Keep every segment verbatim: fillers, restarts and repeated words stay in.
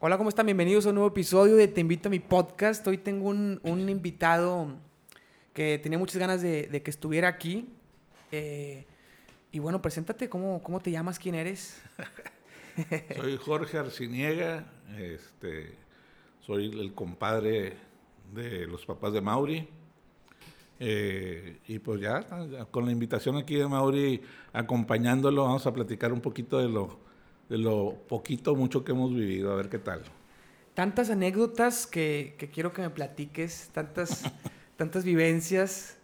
Hola, ¿cómo están? Bienvenidos a un nuevo episodio de Te Invito a mi podcast. Hoy tengo un, un invitado que tenía muchas ganas de, de que estuviera aquí. Eh, y bueno, preséntate, ¿cómo, cómo te llamas? ¿Quién eres? Soy Jorge Arciniega, este, soy el compadre de los papás de Mauri. Eh, y pues ya, ya, con la invitación aquí de Mauri, acompañándolo, vamos a platicar un poquito de lo, de lo poquito o mucho que hemos vivido, a ver qué tal. Tantas anécdotas que, que quiero que me platiques, tantas, tantas vivencias.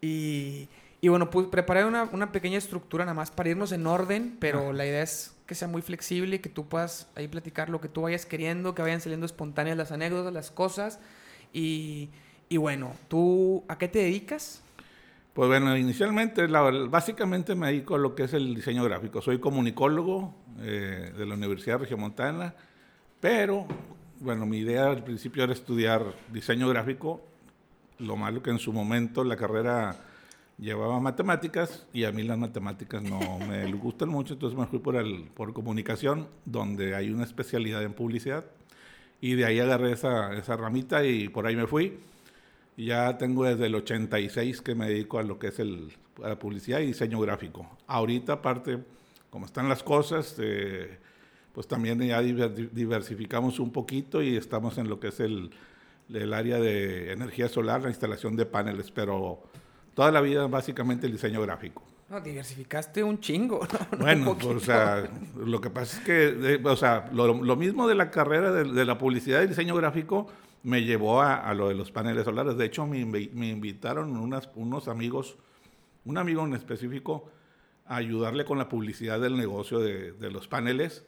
Y, y bueno, pues preparé una, una pequeña estructura nada más para irnos en orden, pero Ajá. la idea es que sea muy flexible y que tú puedas ahí platicar lo que tú vayas queriendo, que vayan saliendo espontáneas las anécdotas, las cosas. Y, y bueno, ¿tú a qué te dedicas? Pues bueno, inicialmente, la, básicamente me dedico a lo que es el diseño gráfico. Soy comunicólogo eh, de la Universidad Regiomontana, pero bueno, mi idea al principio era estudiar diseño gráfico. Lo malo que en su momento la carrera llevaba matemáticas y a mí las matemáticas no me gustan mucho, entonces me fui por, el, por comunicación, donde hay una especialidad en publicidad, y de ahí agarré esa, esa ramita y por ahí me fui. Ya tengo desde el ochenta y seis que me dedico a lo que es el, a la publicidad y diseño gráfico. Ahorita, aparte, como están las cosas, eh, pues también ya diversificamos un poquito y estamos en lo que es el, el área de energía solar, la instalación de paneles, pero toda la vida básicamente el diseño gráfico. No, diversificaste un chingo, no, no un Bueno, pues, o poquito. sea, lo que pasa es que, eh, o sea, lo, lo mismo de la carrera de, de la publicidad y diseño gráfico me llevó a, a, lo de los paneles solares. De hecho, me, me invitaron unas, unos amigos, un amigo en específico, a ayudarle con la publicidad del negocio de, de los paneles.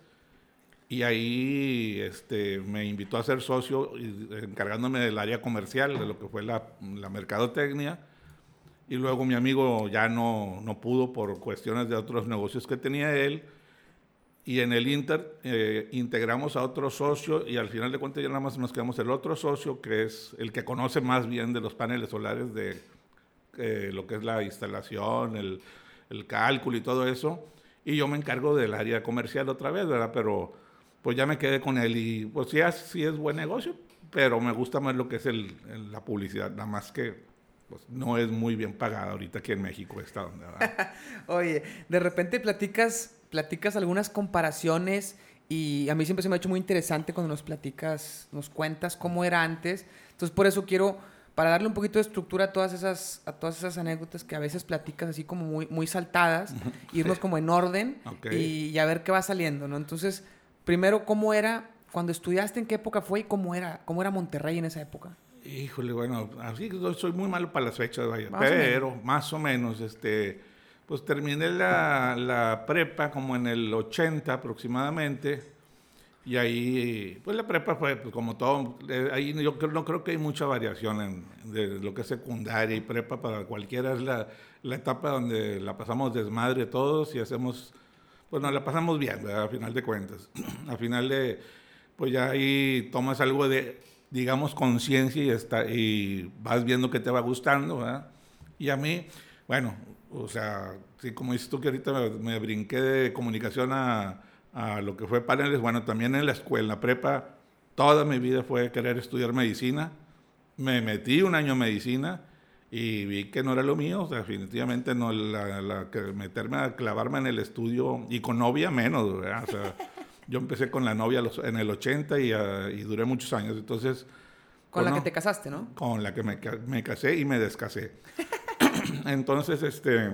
Y ahí este, me invitó a ser socio, encargándome del área comercial, de lo que fue la, la mercadotecnia. Y luego mi amigo ya no, no pudo por cuestiones de otros negocios que tenía él. Y en el Inter eh, integramos a otro socio y al final de cuentas ya nada más nos quedamos el otro socio, que es el que conoce más bien de los paneles solares, de eh, lo que es la instalación, el, el cálculo y todo eso. Y yo me encargo del área comercial otra vez, ¿verdad? Pero pues ya me quedé con él y pues sí, sí es buen negocio, pero me gusta más lo que es el, el, la publicidad, nada más que pues, no es muy bien pagada ahorita aquí en México, está donde, ¿verdad? Oye, de repente platicas, platicas algunas comparaciones y a mí siempre se me ha hecho muy interesante cuando nos platicas, nos cuentas cómo era antes. Entonces, por eso quiero, para darle un poquito de estructura a todas esas, a todas esas anécdotas que a veces platicas así como muy, muy saltadas, irnos como en orden Okay. y, y a ver qué va saliendo, ¿no? Entonces, primero, ¿cómo era cuando estudiaste? ¿En qué época fue y cómo era, cómo era Monterrey en esa época? Híjole, bueno, así que soy muy malo para las fechas, vaya, Más o menos. pero más o menos, este, pues terminé la, la prepa como en el ochenta aproximadamente, y ahí, pues la prepa fue, pues como todo, eh, ahí yo creo, no creo que hay mucha variación en, de lo que es secundaria y prepa, para cualquiera es la, la etapa donde la pasamos desmadre todos y hacemos, pues nos la pasamos bien, ¿verdad? A final de cuentas, a final de, pues ya ahí tomas algo de, digamos, conciencia y, está, y vas viendo que te va gustando, ¿verdad? Y a mí, bueno, o sea, sí, como dices tú que ahorita me, me brinqué de comunicación a, a lo que fue paneles, bueno, también en la escuela, en la prepa, toda mi vida fue querer estudiar medicina. Me metí un año en medicina y vi que no era lo mío, o sea, definitivamente no, la, la, que meterme a clavarme en el estudio, y con novia menos, ¿verdad? O sea, yo empecé con la novia los, en el ochenta y, uh, y duré muchos años, entonces, Con pues la que no, te casaste, ¿no? con la que me, me casé y me descasé. Entonces, este,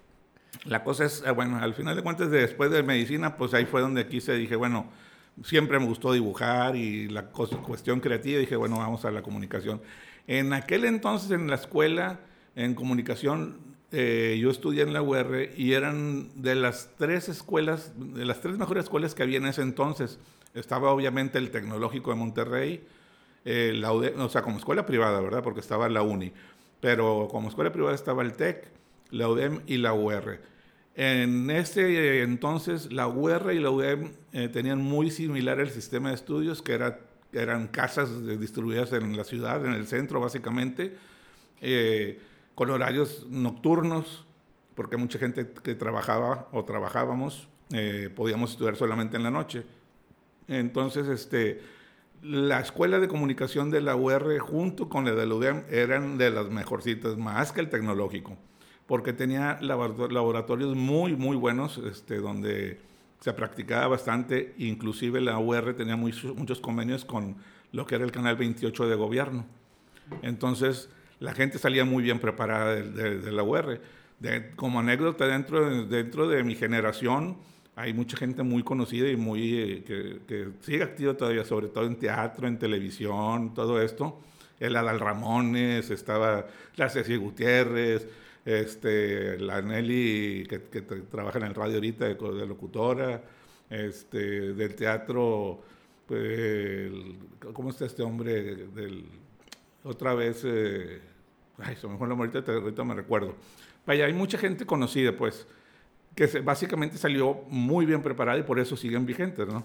la cosa es, bueno, al final de cuentas, después de medicina, pues ahí fue donde quise, dije, bueno, siempre me gustó dibujar y la cosa, cuestión creativa, dije, bueno, vamos a la comunicación. En aquel entonces, en la escuela, en comunicación, eh, yo estudié en la U R y eran de las tres escuelas, de las tres mejores escuelas que había en ese entonces. Estaba obviamente el Tecnológico de Monterrey, eh, la U D E M, o sea, como escuela privada, ¿verdad? Porque estaba la UNI, pero como escuela privada estaba el TEC, la U D E M y la U R. En ese entonces, la U R y la U D E M eh, tenían muy similar el sistema de estudios, que era, eran casas distribuidas en la ciudad, en el centro básicamente, eh, con horarios nocturnos, porque mucha gente que trabajaba o trabajábamos, eh, podíamos estudiar solamente en la noche. Entonces, este, la escuela de comunicación de la U R junto con la de la U D E M eran de las mejorcitas, más que el tecnológico, porque tenía laboratorios muy, muy buenos, este, donde se practicaba bastante, inclusive la U R tenía muy, muchos convenios con lo que era el Canal veintiocho de gobierno. Entonces, la gente salía muy bien preparada de, de, de la U R. De, como anécdota, dentro de, dentro de mi generación, hay mucha gente muy conocida y muy eh, que, que sigue activa todavía, sobre todo en teatro, en televisión, todo esto. El Adal Ramones, estaba la Ceci Gutiérrez, este, la Nelly, que, que trabaja en el radio ahorita de, de locutora, este, del teatro, pues, el, ¿cómo está este hombre? Del, otra vez, eh, ay, se me fue el nombre ahorita, ahorita me recuerdo. Vaya, hay mucha gente conocida, pues, que se, básicamente salió muy bien preparada y por eso siguen vigentes, ¿no?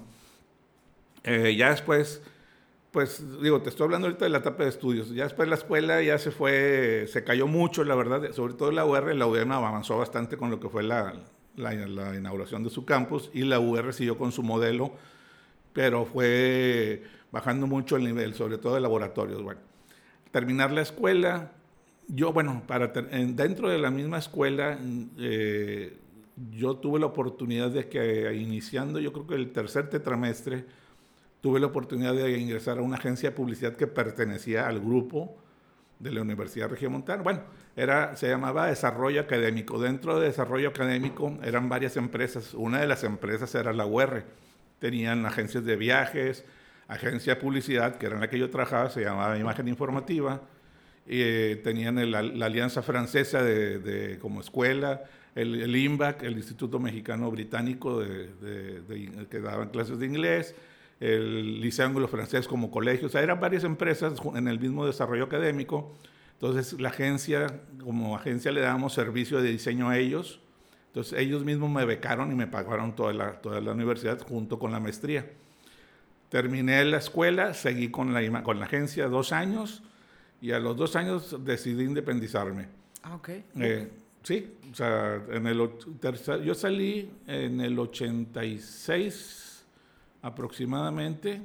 Eh, ya después, pues, digo, te estoy hablando ahorita de la etapa de estudios. Ya después la escuela ya se fue, se cayó mucho, la verdad, sobre todo la U R, la U D E M avanzó bastante con lo que fue la, la, la inauguración de su campus y la U R siguió con su modelo, pero fue bajando mucho el nivel, sobre todo de laboratorios. Bueno, terminar la escuela, yo, bueno, para ter, dentro de la misma escuela, eh, yo tuve la oportunidad de que iniciando, yo creo que el tercer tetramestre, tuve la oportunidad de ingresar a una agencia de publicidad que pertenecía al grupo de la Universidad Regiomontana. Bueno, era, se llamaba Desarrollo Académico. Dentro de Desarrollo Académico eran varias empresas. Una de las empresas era la U R. Tenían agencias de viajes, agencia de publicidad, que era en la que yo trabajaba, se llamaba Imagen Informativa. Y, eh, tenían el, la, la Alianza Francesa de, de, como escuela, el, el I M B A C, el Instituto Mexicano Británico, de, de, de, que daban clases de inglés, el Liceo Anglo-Francés como colegio. O sea, eran varias empresas en el mismo desarrollo académico. Entonces, la agencia, como agencia le dábamos servicio de diseño a ellos. Entonces, ellos mismos me becaron y me pagaron toda la, toda la universidad junto con la maestría. Terminé la escuela, seguí con la, con la agencia dos años y a los dos años decidí independizarme. Ah, ok. Eh, sí, o sea, en el, yo salí en el ochenta y seis aproximadamente,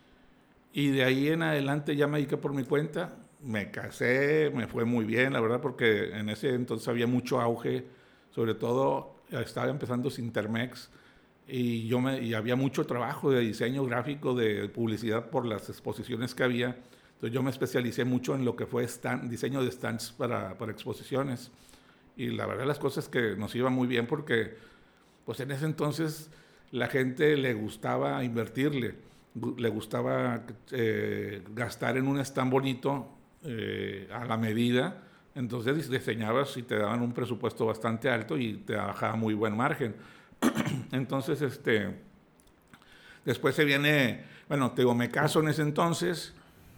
y de ahí en adelante ya me dediqué por mi cuenta, me casé, me fue muy bien, la verdad, porque en ese entonces había mucho auge, sobre todo estaba empezando Sintermex, y, yo me, y había mucho trabajo de diseño gráfico, de publicidad por las exposiciones que había. Entonces yo me especialicé mucho en lo que fue stand, diseño de stands para, para exposiciones, y la verdad las cosas que nos iba muy bien porque pues en ese entonces la gente le gustaba invertirle, le gustaba eh, gastar en un stand bonito eh, a la medida. Entonces diseñabas y te daban un presupuesto bastante alto y te bajaba muy buen margen. Entonces, este, después se viene, bueno, te digo, me caso en ese entonces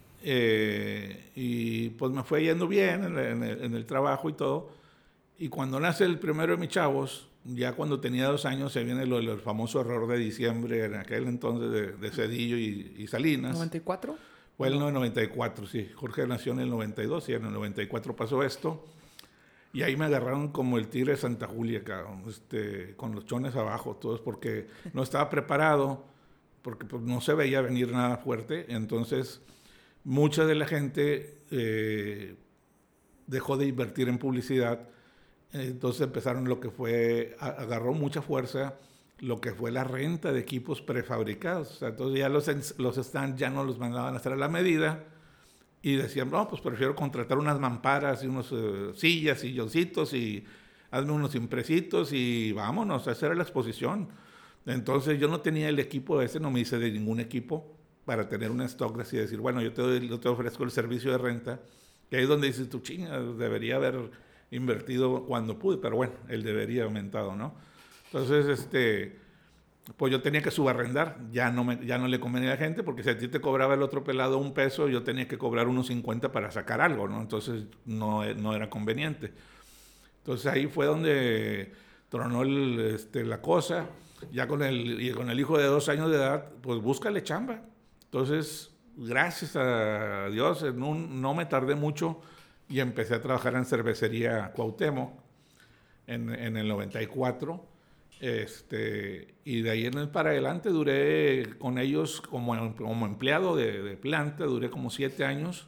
eh, y pues me fue yendo bien en, en, el, en el trabajo y todo. Y cuando nace el primero de mis chavos, ya cuando tenía dos años, se viene lo, lo, el famoso error de diciembre, en aquel entonces de, de Cedillo y, y Salinas. ¿noventa y cuatro? Fue el noventa y cuatro, sí. Jorge nació en el noventa y dos y en el noventa y cuatro pasó esto. Y ahí me agarraron como el tigre de Santa Julia, cabrón, este, con los chones abajo, todos, porque no estaba preparado, porque pues, no se veía venir nada fuerte. Entonces, mucha de la gente eh, dejó de invertir en publicidad. Entonces empezaron lo que fue, agarró mucha fuerza lo que fue la renta de equipos prefabricados. O sea, entonces ya los, los stands ya no los mandaban a hacer a la medida y decían, no, pues prefiero contratar unas mamparas y unos uh, sillas, silloncitos y hazme unos impresitos y vámonos, esa era la exposición. Entonces yo no tenía el equipo ese, no me hice de ningún equipo para tener un stock así, decir, bueno, yo te, doy, yo te ofrezco el servicio de renta, que ahí es donde dices, tú chinga, debería haber invertido cuando pude, pero bueno, el debería aumentado, ¿no? Entonces, este, pues yo tenía que subarrendar, ya no, me, ya no le convenía a la gente, porque si a ti te cobraba el otro pelado un peso, yo tenía que cobrar unos cincuenta para sacar algo, ¿no? Entonces no, no era conveniente. Entonces ahí fue donde tronó el, este, la cosa, ya con el, y con el hijo de dos años de edad, pues búscale chamba. Entonces, gracias a Dios, no, no me tardé mucho y empecé a trabajar en cervecería Cuauhtémoc en, en el noventa y cuatro Este, y de ahí en para adelante duré con ellos como, como empleado de, de planta, duré como siete años.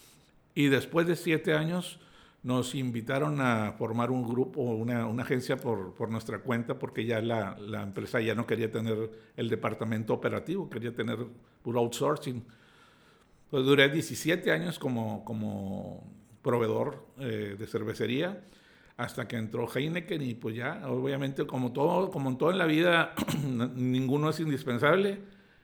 Y después de siete años nos invitaron a formar un grupo, una, una agencia por, por nuestra cuenta, porque ya la, la empresa ya no quería tener el departamento operativo, quería tener puro outsourcing. Entonces duré diecisiete años como, como proveedor eh, de cervecería, hasta que entró Heineken y pues ya, obviamente como todo, como todo en la vida, ninguno es indispensable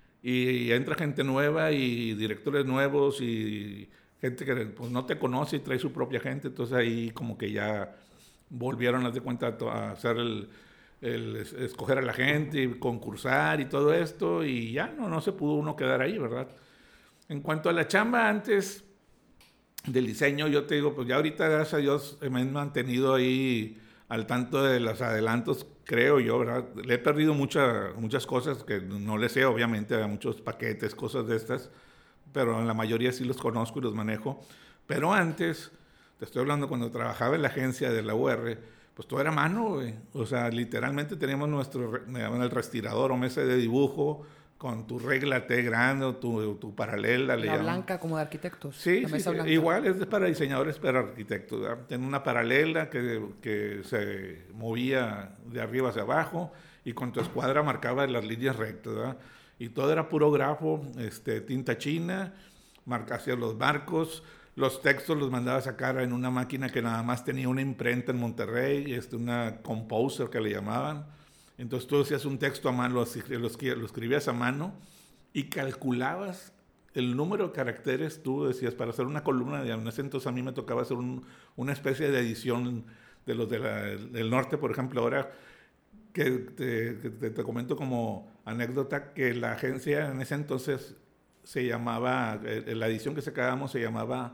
y entra gente nueva y directores nuevos y gente que pues, no te conoce y trae su propia gente, entonces ahí como que ya volvieron a de cuenta a hacer el, el escoger a la gente, y concursar y todo esto y ya no, no se pudo uno quedar ahí, ¿verdad? En cuanto a la chamba antes del diseño, yo te digo, pues ya ahorita, gracias a Dios, me he mantenido ahí al tanto de los adelantos, creo yo, ¿verdad? Le he perdido mucha, muchas cosas que no le sé, obviamente, a muchos paquetes, cosas de estas, pero en la mayoría sí los conozco y los manejo. Pero antes, te estoy hablando cuando trabajaba en la agencia de la U R, pues todo era mano, güey. O sea, literalmente teníamos nuestro, me llaman el respirador o mesa de dibujo, con tu regla T grande o tu, tu paralela. La blanca como de arquitectos. Sí, sí, sí, igual es para diseñadores, para arquitectos. ¿verdad? Tiene una paralela que, que se movía de arriba hacia abajo y con tu escuadra marcaba las líneas rectas. ¿verdad? Y todo era puro grafo, este, tinta china, marca hacia los barcos. Los textos los mandaba a sacar en una máquina que nada más tenía una imprenta en Monterrey, este, una composer que le llamaban. Entonces tú hacías un texto a mano, lo, lo, lo escribías a mano y calculabas el número de caracteres, tú decías, para hacer una columna, de en ese entonces a mí me tocaba hacer un, una especie de edición de los de la, del norte, por ejemplo, ahora que te, te, te comento como anécdota que la agencia en ese entonces se llamaba, eh, la edición que sacábamos se llamaba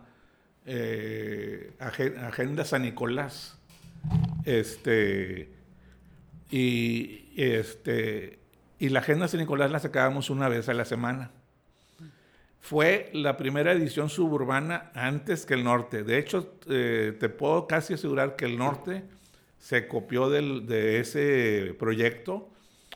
eh, Agenda San Nicolás. Este... Y, este, y la Agenda San Nicolás la sacábamos una vez a la semana. Fue la primera edición suburbana antes que el norte. De hecho, eh, te puedo casi asegurar que el norte se copió del, de ese proyecto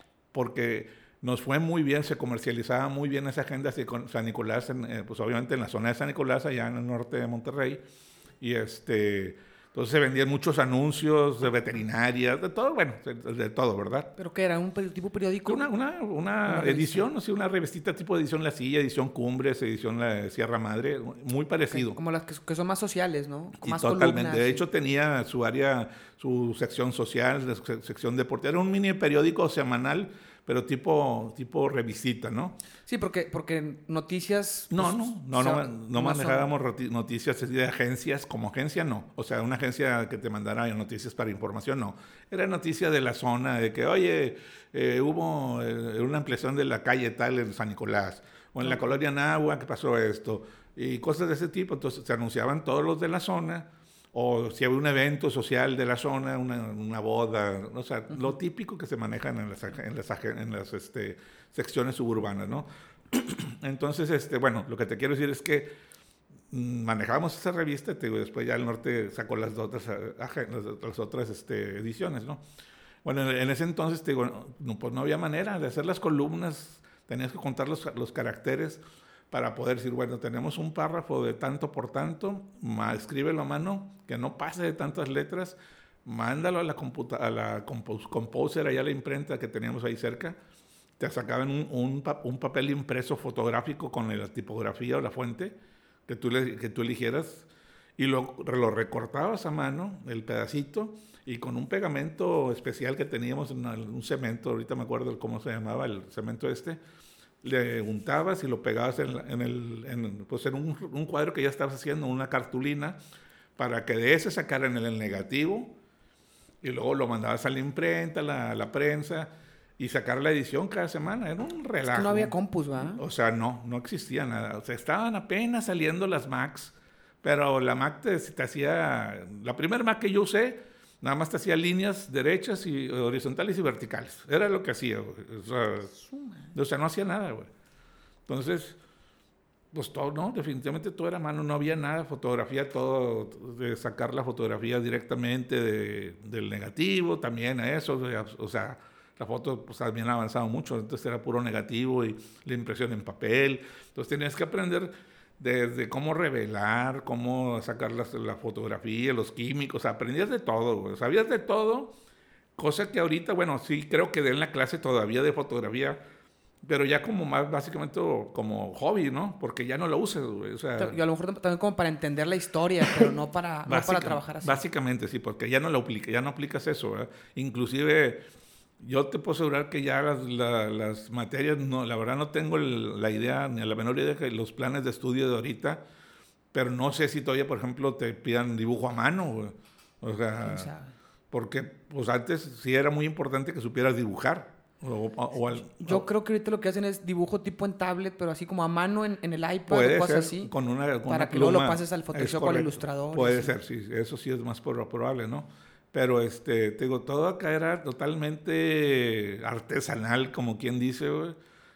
porque nos fue muy bien, se comercializaba muy bien esa Agenda San Nicolás, en, eh, pues obviamente en la zona de San Nicolás, allá en el norte de Monterrey. Y este... Entonces se vendían muchos anuncios de veterinarias, de todo, bueno, de, de todo, ¿verdad? ¿Pero qué era? ¿Un tipo periódico? Una, una, una, una edición, o sea, una revistita tipo edición La Silla, edición Cumbres, edición La Sierra Madre, muy parecido. Okay, como las que, que son más sociales, ¿no? Con y más totalmente. Columnas, de sí. hecho, tenía su área, su sección social, su sección deportiva. Era un mini periódico semanal, pero tipo, tipo revisita, ¿no? Sí, porque, porque noticias... No, pues, no, no, no, no, no manejábamos son... noticias de agencias, como agencia no. O sea, una agencia que te mandara noticias para información, no. Era noticia de la zona, de que, oye, eh, hubo eh, una ampliación de la calle tal en San Nicolás, o en no. la colonia Nahua que pasó esto, y cosas de ese tipo. Entonces se anunciaban todos los de la zona, o si había un evento social de la zona, una, una boda, o sea, uh-huh. lo típico que se manejan en las, en las, en las este, secciones suburbanas, ¿no? Entonces, este, bueno, lo que te quiero decir es que mmm, manejábamos esa revista, te digo, después ya el norte sacó las otras, las, las otras este, ediciones, ¿no? Bueno, en, en ese entonces, te digo, no, pues no había manera de hacer las columnas, tenías que contar los, los caracteres para poder decir, bueno, tenemos un párrafo de tanto por tanto, ma, escríbelo a mano, que no pase de tantas letras, mándalo a la, computa, a la compos, composer, allá a la imprenta que teníamos ahí cerca, te sacaban un, un, un papel impreso fotográfico con la tipografía o la fuente que tú, le, que tú eligieras y lo, lo recortabas a mano, el pedacito, y con un pegamento especial que teníamos, en un cemento, ahorita me acuerdo cómo se llamaba el cemento este, le untabas y lo pegabas en, en, el, en, pues en un, un cuadro que ya estabas haciendo, una cartulina, para que de ese sacaran el, el negativo y luego lo mandabas a la imprenta, a la, la prensa y sacar la edición cada semana. Era un relajo. Es que no había compus, ¿verdad? O sea, no, no existía nada. O sea, estaban apenas saliendo las Macs, pero la Mac te, te hacía... La primera Mac que yo usé, nada más te hacía líneas derechas y horizontales y verticales. Era lo que hacía, güey. O sea, o sea, no hacía nada, güey. Entonces, pues todo, no, definitivamente todo era mano, no había nada, fotografía, todo, de sacar la fotografía directamente de, del negativo, también a eso, o sea, la foto pues también ha avanzado mucho, entonces era puro negativo y la impresión en papel. Entonces tenías que aprender desde cómo revelar, cómo sacar las, la fotografía, los químicos, aprendías de todo, güey. Sabías de todo, cosa que ahorita, bueno, sí creo que den la clase todavía de fotografía, pero ya como más básicamente como hobby, ¿no? Porque ya no lo usas, güey. O sea, yo a lo mejor también como para entender la historia, pero no para, no para trabajar así. Básicamente, sí, porque ya no lo aplica, ya no aplicas eso, ¿verdad? Inclusive, yo te puedo asegurar que ya las, la, las materias, no, la verdad no tengo el, la idea, ni la menor idea de los planes de estudio de ahorita, pero no sé si todavía, por ejemplo, te pidan dibujo a mano, güey. O sea, porque pues antes sí era muy importante que supieras dibujar. O, o al, Yo o, creo que ahorita lo que hacen es dibujo tipo en tablet, pero así como a mano en, en el iPad puede o cosas ser así. Con una, con para una que pluma, luego lo pases al Photoshop o al Illustrator. Puede ser, sí, eso sí es más probable, ¿no? Pero, este, te digo, todo acá era totalmente artesanal, como quien dice, güey.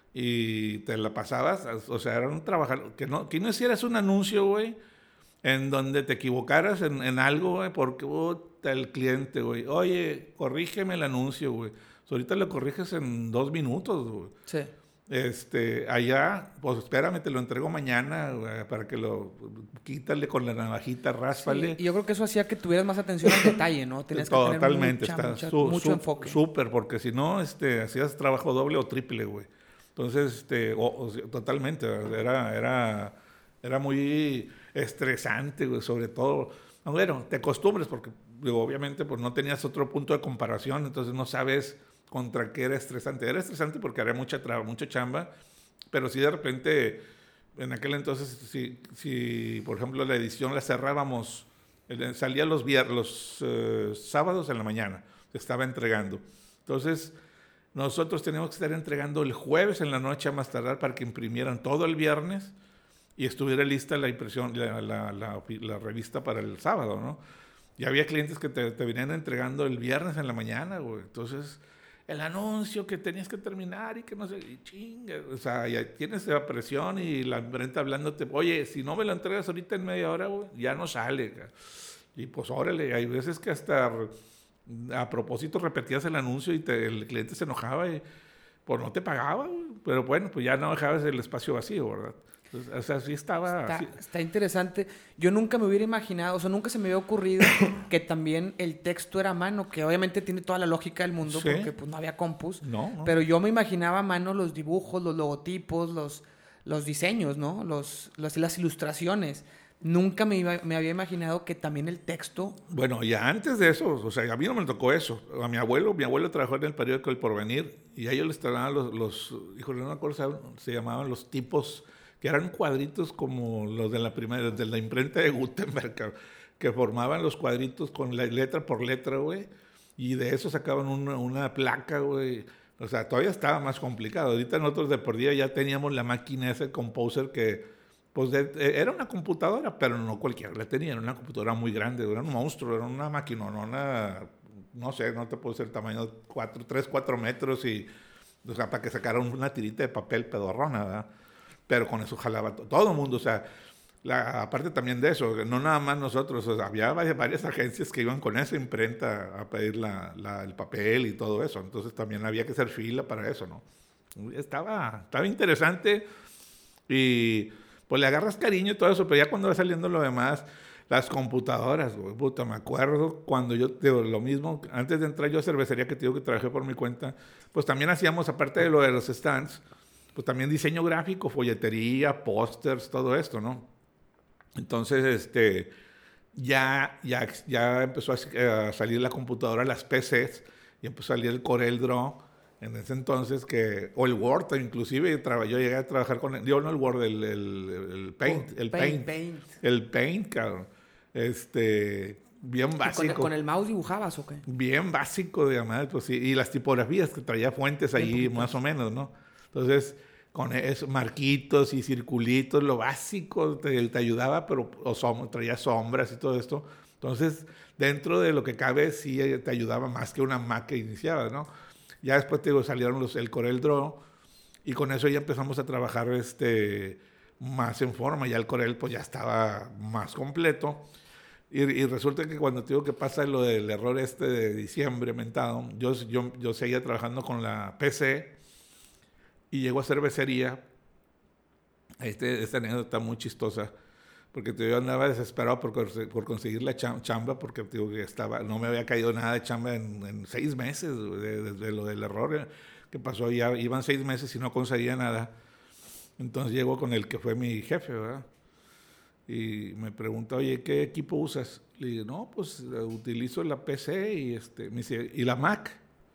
Y te la pasabas, o sea, era un trabajar, que no, que no hicieras un anuncio, güey, en donde te equivocaras en, en algo, güey, porque puta, el cliente, güey, oye, corrígeme el anuncio, güey. Ahorita lo corriges en dos minutos, güey. Sí. Este, allá, pues espérame, te lo entrego mañana, güey, para que lo quítale con la navajita, ráspale. Sí, y yo creo que eso hacía que tuvieras más atención al detalle, ¿no? Tenías que Totalmente, tener mucha, está mucha, su, mucho su, enfoque. Súper, porque si no, este, hacías trabajo doble o triple, güey. Entonces, este, o, o, totalmente, era, era, era muy estresante, güey, sobre todo. Bueno, te acostumbres, porque digo, obviamente pues no tenías otro punto de comparación, entonces no sabes contra qué era estresante. Era estresante porque había mucha, mucha chamba, pero si de repente, en aquel entonces, si, si por ejemplo la edición la cerrábamos, salía los, viernes, los uh, sábados en la mañana, se estaba entregando. Entonces, nosotros teníamos que estar entregando el jueves en la noche a más tardar para que imprimieran todo el viernes y estuviera lista la impresión, la, la, la, la revista para el sábado, ¿no? Y había clientes que te, te venían entregando el viernes en la mañana, güey. Entonces, el anuncio que tenías que terminar y que no sé, y chinga, o sea, ya tienes la presión y la imprenta hablándote, oye, si no me lo entregas ahorita en media hora, güey, ya no sale. Güey. Y pues órale, hay veces que hasta a propósito repetías el anuncio y te, el cliente se enojaba y pues no te pagaba, güey. Pero bueno, pues ya no dejabas el espacio vacío, ¿verdad? O sea, sí estaba... Está, sí. está interesante. Yo nunca me hubiera imaginado, o sea, nunca se me había ocurrido que también el texto era a mano, que obviamente tiene toda la lógica del mundo, ¿sí? Porque pues no había compus. No, no. Pero yo me imaginaba a mano los dibujos, los logotipos, los, los diseños, ¿no? Los, los, las ilustraciones. Nunca me, iba, me había imaginado que también el texto... Bueno, ya antes de eso, o sea, a mí no me tocó eso. A mi abuelo, mi abuelo trabajó en el periódico El Porvenir y a ellos les traían los, los híjole, no me acuerdo, se llamaban los tipos... que eran cuadritos como los de la primera, de la imprenta de Gutenberg, que formaban los cuadritos con la letra por letra, güey, y de eso sacaban una, una placa, güey. O sea, todavía estaba más complicado. Ahorita nosotros de por día ya teníamos la máquina ese Composer que, pues, de, era una computadora, pero no cualquiera la tenía, era una computadora muy grande, era un monstruo, era una máquina, no una, no sé, no te puedo decir el tamaño, cuatro, tres, cuatro metros, y, o sea, para que sacaran una tirita de papel pedorrona, ¿verdad? Pero con eso jalaba to- todo el mundo, o sea, la, aparte también de eso, no nada más nosotros, o sea, había varias, varias agencias que iban con esa imprenta a pedir la, la, el papel y todo eso, entonces también había que hacer fila para eso, ¿no? Estaba, estaba interesante y pues le agarras cariño y todo eso, pero ya cuando va saliendo lo demás, las computadoras, güey, puta, me acuerdo cuando yo, digo, lo mismo, antes de entrar yo a cervecería que te digo que trabajé por mi cuenta, pues también hacíamos, aparte de lo de los stands, pues también diseño gráfico, folletería, pósters, todo esto, ¿no? Entonces, este, ya, ya, ya empezó a, a salir la computadora, las P Cs, y empezó a salir el Corel Draw, en ese entonces, que, o el Word, inclusive, yo llegué a trabajar con, el, yo no el Word, el, el, el Paint, oh, el paint, Paint, paint, el Paint, cabrón, este... bien básico. Con, ¿Con el mouse dibujabas o qué? Bien básico, digamos, pues sí, y las tipografías, que traía fuentes ahí más o menos, ¿no? Entonces, con eso, marquitos y circulitos, lo básico te, te ayudaba, pero o som, traía sombras y todo esto. Entonces, dentro de lo que cabe, sí te ayudaba más que una Mac que iniciaba, ¿no? Ya después te digo, salieron los, el Corel Draw y con eso ya empezamos a trabajar este, más en forma. Ya el Corel pues ya estaba más completo. Y, y resulta que cuando te digo que pasa lo del error este de diciembre mentado, yo, yo, yo seguía trabajando con la P C y llego a cervecería. Este, esta anécdota muy chistosa, porque te digo, andaba desesperado por, por conseguir la chamba, porque te digo que estaba, no me había caído nada de chamba en, en seis meses, desde de, de lo del error que pasó, ya iban seis meses y no conseguía nada. Entonces llego con el que fue mi jefe, ¿verdad? Y me pregunta, oye, ¿qué equipo usas? Le digo, no, pues utilizo la P C y, este, me dice, ¿y la Mac?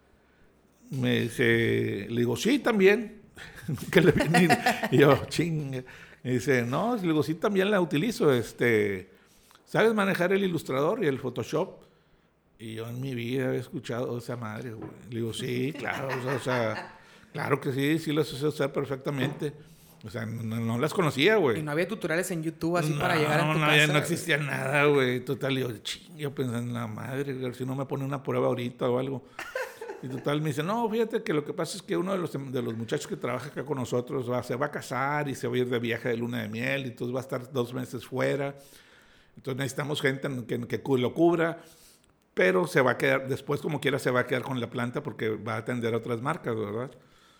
Me dice, le digo, sí, también. que le y yo, chinga. Y dice, no, le digo, sí, también la utilizo. Este, ¿sabes manejar el Illustrator y el Photoshop? Y yo en mi vida había escuchado esa madre, güey. Le digo, sí, claro, o sea, o sea claro que sí, sí las sé usar perfectamente. O sea, no, no las conocía, güey. Y no había tutoriales en YouTube así no, para llegar a tu no, casa. No, no existía nada, güey. Total, yo, ching, yo pensando en la madre, a ver si no me pone una prueba ahorita o algo. Y total, me dice, no, fíjate que lo que pasa es que uno de los, de los muchachos que trabaja acá con nosotros va, se va a casar y se va a ir de viaje de luna de miel y entonces va a estar dos meses fuera. Entonces necesitamos gente que, que lo cubra, pero se va a quedar, después como quiera se va a quedar con la planta porque va a atender a otras marcas, ¿verdad?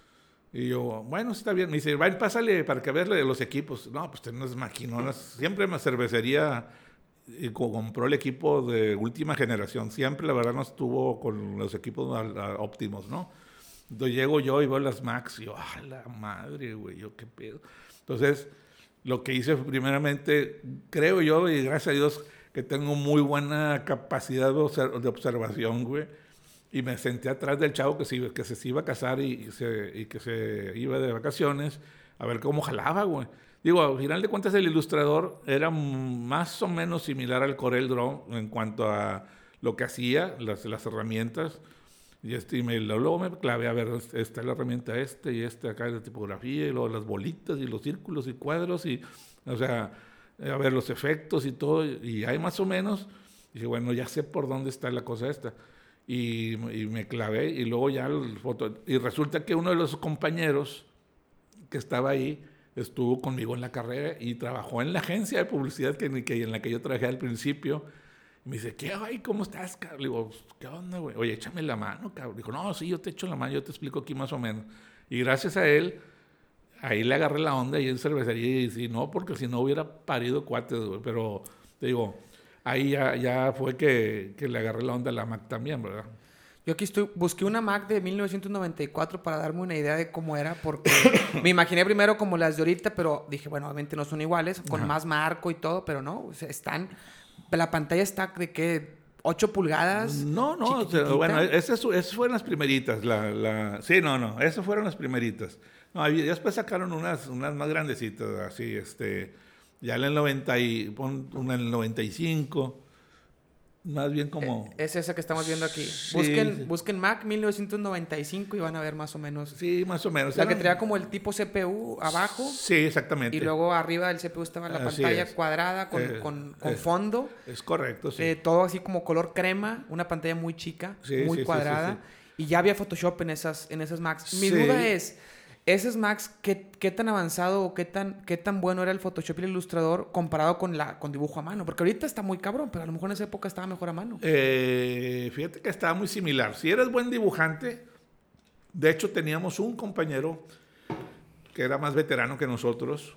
Y yo, bueno, está bien. Me dice, va, pásale para que veas los equipos. No, pues tenemos maquinonas. Siempre en la cervecería y compró el equipo de última generación. Siempre, la verdad, no estuvo con los equipos a, a óptimos, ¿no? Entonces llego yo y veo las Max y yo, ¡ah, la madre, güey! Yo, ¿qué pedo? Entonces, lo que hice primeramente, creo yo, y gracias a Dios, que tengo muy buena capacidad de, observ- de observación, güey. Y me senté atrás del chavo que se, que se iba a casar y, y, se, y que se iba de vacaciones a ver cómo jalaba, güey. Digo, al final de cuentas el Illustrator era más o menos similar al Corel Draw en cuanto a lo que hacía, las, las herramientas. Y, este, y me, luego me clavé a ver, esta es la herramienta este y este acá es la tipografía y luego las bolitas y los círculos y cuadros y, o sea, a ver los efectos y todo. Y hay más o menos, y dije, bueno, ya sé por dónde está la cosa esta. Y, y me clavé y luego ya el foto, y resulta que uno de los compañeros que estaba ahí estuvo conmigo en la carrera y trabajó en la agencia de publicidad que, que en la que yo trabajé al principio. Y me dice, ¿qué, ay, cómo estás, cabrón? Le digo, ¿qué onda, güey? Oye, échame la mano, cabrón. Dijo, no, sí, yo te echo la mano, yo te explico aquí más o menos. Y gracias a él, ahí le agarré la onda y en cervecería y si no, porque si no hubiera parido cuates, güey. Pero te digo, ahí ya, ya fue que, que le agarré la onda a la Mac también, ¿verdad? Yo aquí estoy, busqué una Mac de mil novecientos noventa y cuatro para darme una idea de cómo era, porque me imaginé primero como las de ahorita, pero dije, bueno, obviamente no son iguales, con Ajá. más marco y todo, pero no, o sea, están, la pantalla está de qué, ocho pulgadas. No, no, o sea, bueno, esas, esas fueron las primeritas, la, la, sí, no, no, esas fueron las primeritas. No, y después sacaron unas, unas más grandecitas, así, este, ya en el noventa y, una en el noventa y cinco. Más bien como... Es esa que estamos viendo aquí. Sí, busquen, sí. busquen Mac mil novecientos noventa y cinco y van a ver más o menos. Sí, más o menos. La que traía como el tipo C P U abajo. Sí, exactamente. Y luego arriba del C P U estaba la así pantalla es. cuadrada con, eh, con, con es, fondo. Es correcto, sí. Eh, todo así como color crema. Una pantalla muy chica, sí, muy sí, cuadrada. Sí, sí, sí. Y ya había Photoshop en esas, en esas Macs. Mi sí. duda es... Esas Macs, ¿qué, ¿qué tan avanzado o qué tan, qué tan bueno era el Photoshop y el Illustrator comparado con, la, con dibujo a mano? Porque ahorita está muy cabrón, pero a lo mejor en esa época estaba mejor a mano. Eh, fíjate que estaba muy similar. Si eres buen dibujante, de hecho teníamos un compañero que era más veterano que nosotros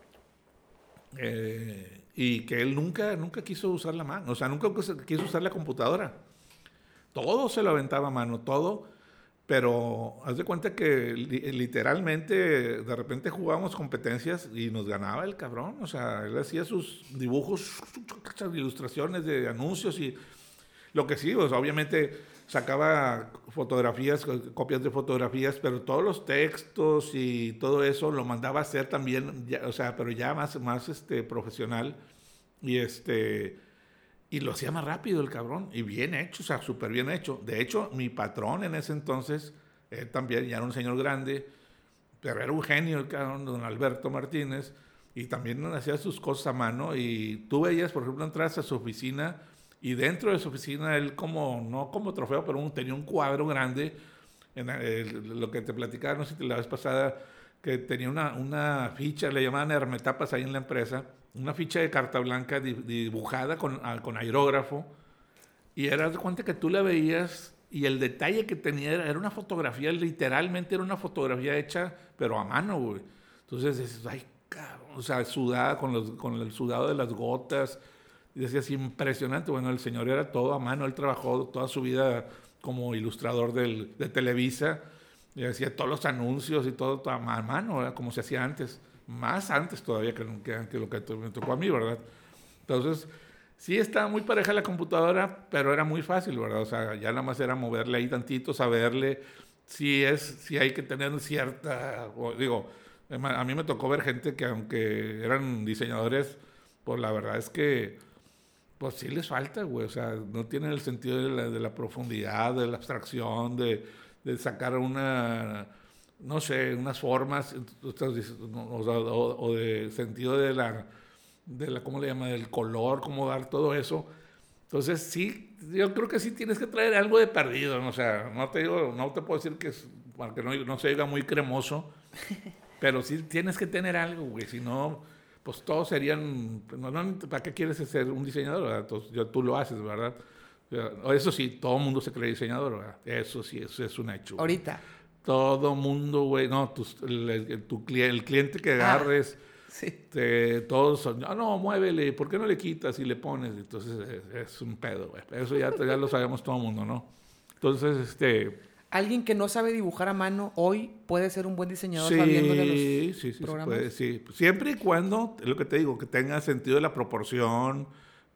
eh, y que él nunca, nunca quiso usar la mano, o sea, nunca quiso usar la computadora. Todo se lo aventaba a mano, todo. Pero haz de cuenta que li- literalmente de repente jugábamos competencias y nos ganaba el cabrón. O sea, él hacía sus dibujos, sus ilustraciones de anuncios y lo que sí, pues, obviamente sacaba fotografías, copias de fotografías, pero todos los textos y todo eso lo mandaba a hacer también, ya, o sea, pero ya más, más este, profesional y este... Y lo hacía más rápido el cabrón. Y bien hecho, o sea, súper bien hecho. De hecho, mi patrón en ese entonces, él también ya era un señor grande, pero era un genio el cabrón, don Alberto Martínez, y también hacía sus cosas a mano. Y tú veías, por ejemplo, entras a su oficina, y dentro de su oficina, él como, no como trofeo, pero un, tenía un cuadro grande, en el, lo que te platicaba, no sé si la vez pasada, que tenía una, una ficha, le llamaban hermetapas ahí en la empresa, una ficha de carta blanca di, dibujada con, a, con aerógrafo, y era de cuenta que tú la veías y el detalle que tenía era, era una fotografía, literalmente era una fotografía hecha, pero a mano, güey. Entonces dices, ay, cabrón, o sea, sudada, con, los, con el sudado de las gotas, y decías, impresionante. Bueno, el señor era todo a mano, él trabajó toda su vida como ilustrador del, de Televisa, y hacía todos los anuncios y todo, todo a mano, ¿verdad? Como se hacía antes, más antes todavía que, que, que lo que me tocó a mí, ¿verdad? Entonces, sí estaba muy pareja la computadora, pero era muy fácil, ¿verdad? O sea, ya nada más era moverle ahí tantito, saberle si es, si hay que tener cierta, o, digo, a mí me tocó ver gente que aunque eran diseñadores, pues la verdad es que, pues sí les falta, güey, o sea, no tienen el sentido de la, de la profundidad, de la abstracción, de, de sacar una, no sé, unas formas, o, o, o de sentido de la, de la, ¿cómo le llama? Del color, cómo dar todo eso. Entonces, sí, yo creo que sí tienes que traer algo de perdido, ¿no? O sea, no te digo, no te puedo decir que es, para que no, no se oiga muy cremoso, pero sí tienes que tener algo, güey, si no, pues todos serían, no, no, ¿para qué quieres ser un diseñador, verdad? Entonces, yo, tú lo haces, ¿verdad? Eso sí, todo el mundo se cree diseñador, ¿verdad? Eso sí, eso es un hecho. Ahorita. Güey. Todo mundo, güey, no, tu, el, tu, el cliente que agarres, ah, sí. te, todos son, no, no, muévele, ¿por qué no le quitas y le pones? Entonces, es, es un pedo, güey. Eso ya, ya lo sabemos todo el mundo, ¿no? Entonces, este... Alguien que no sabe dibujar a mano hoy puede ser un buen diseñador sí, sabiéndole los sí, sí, programas. Puede, sí, siempre y cuando, es lo que te digo, que tenga sentido de la proporción,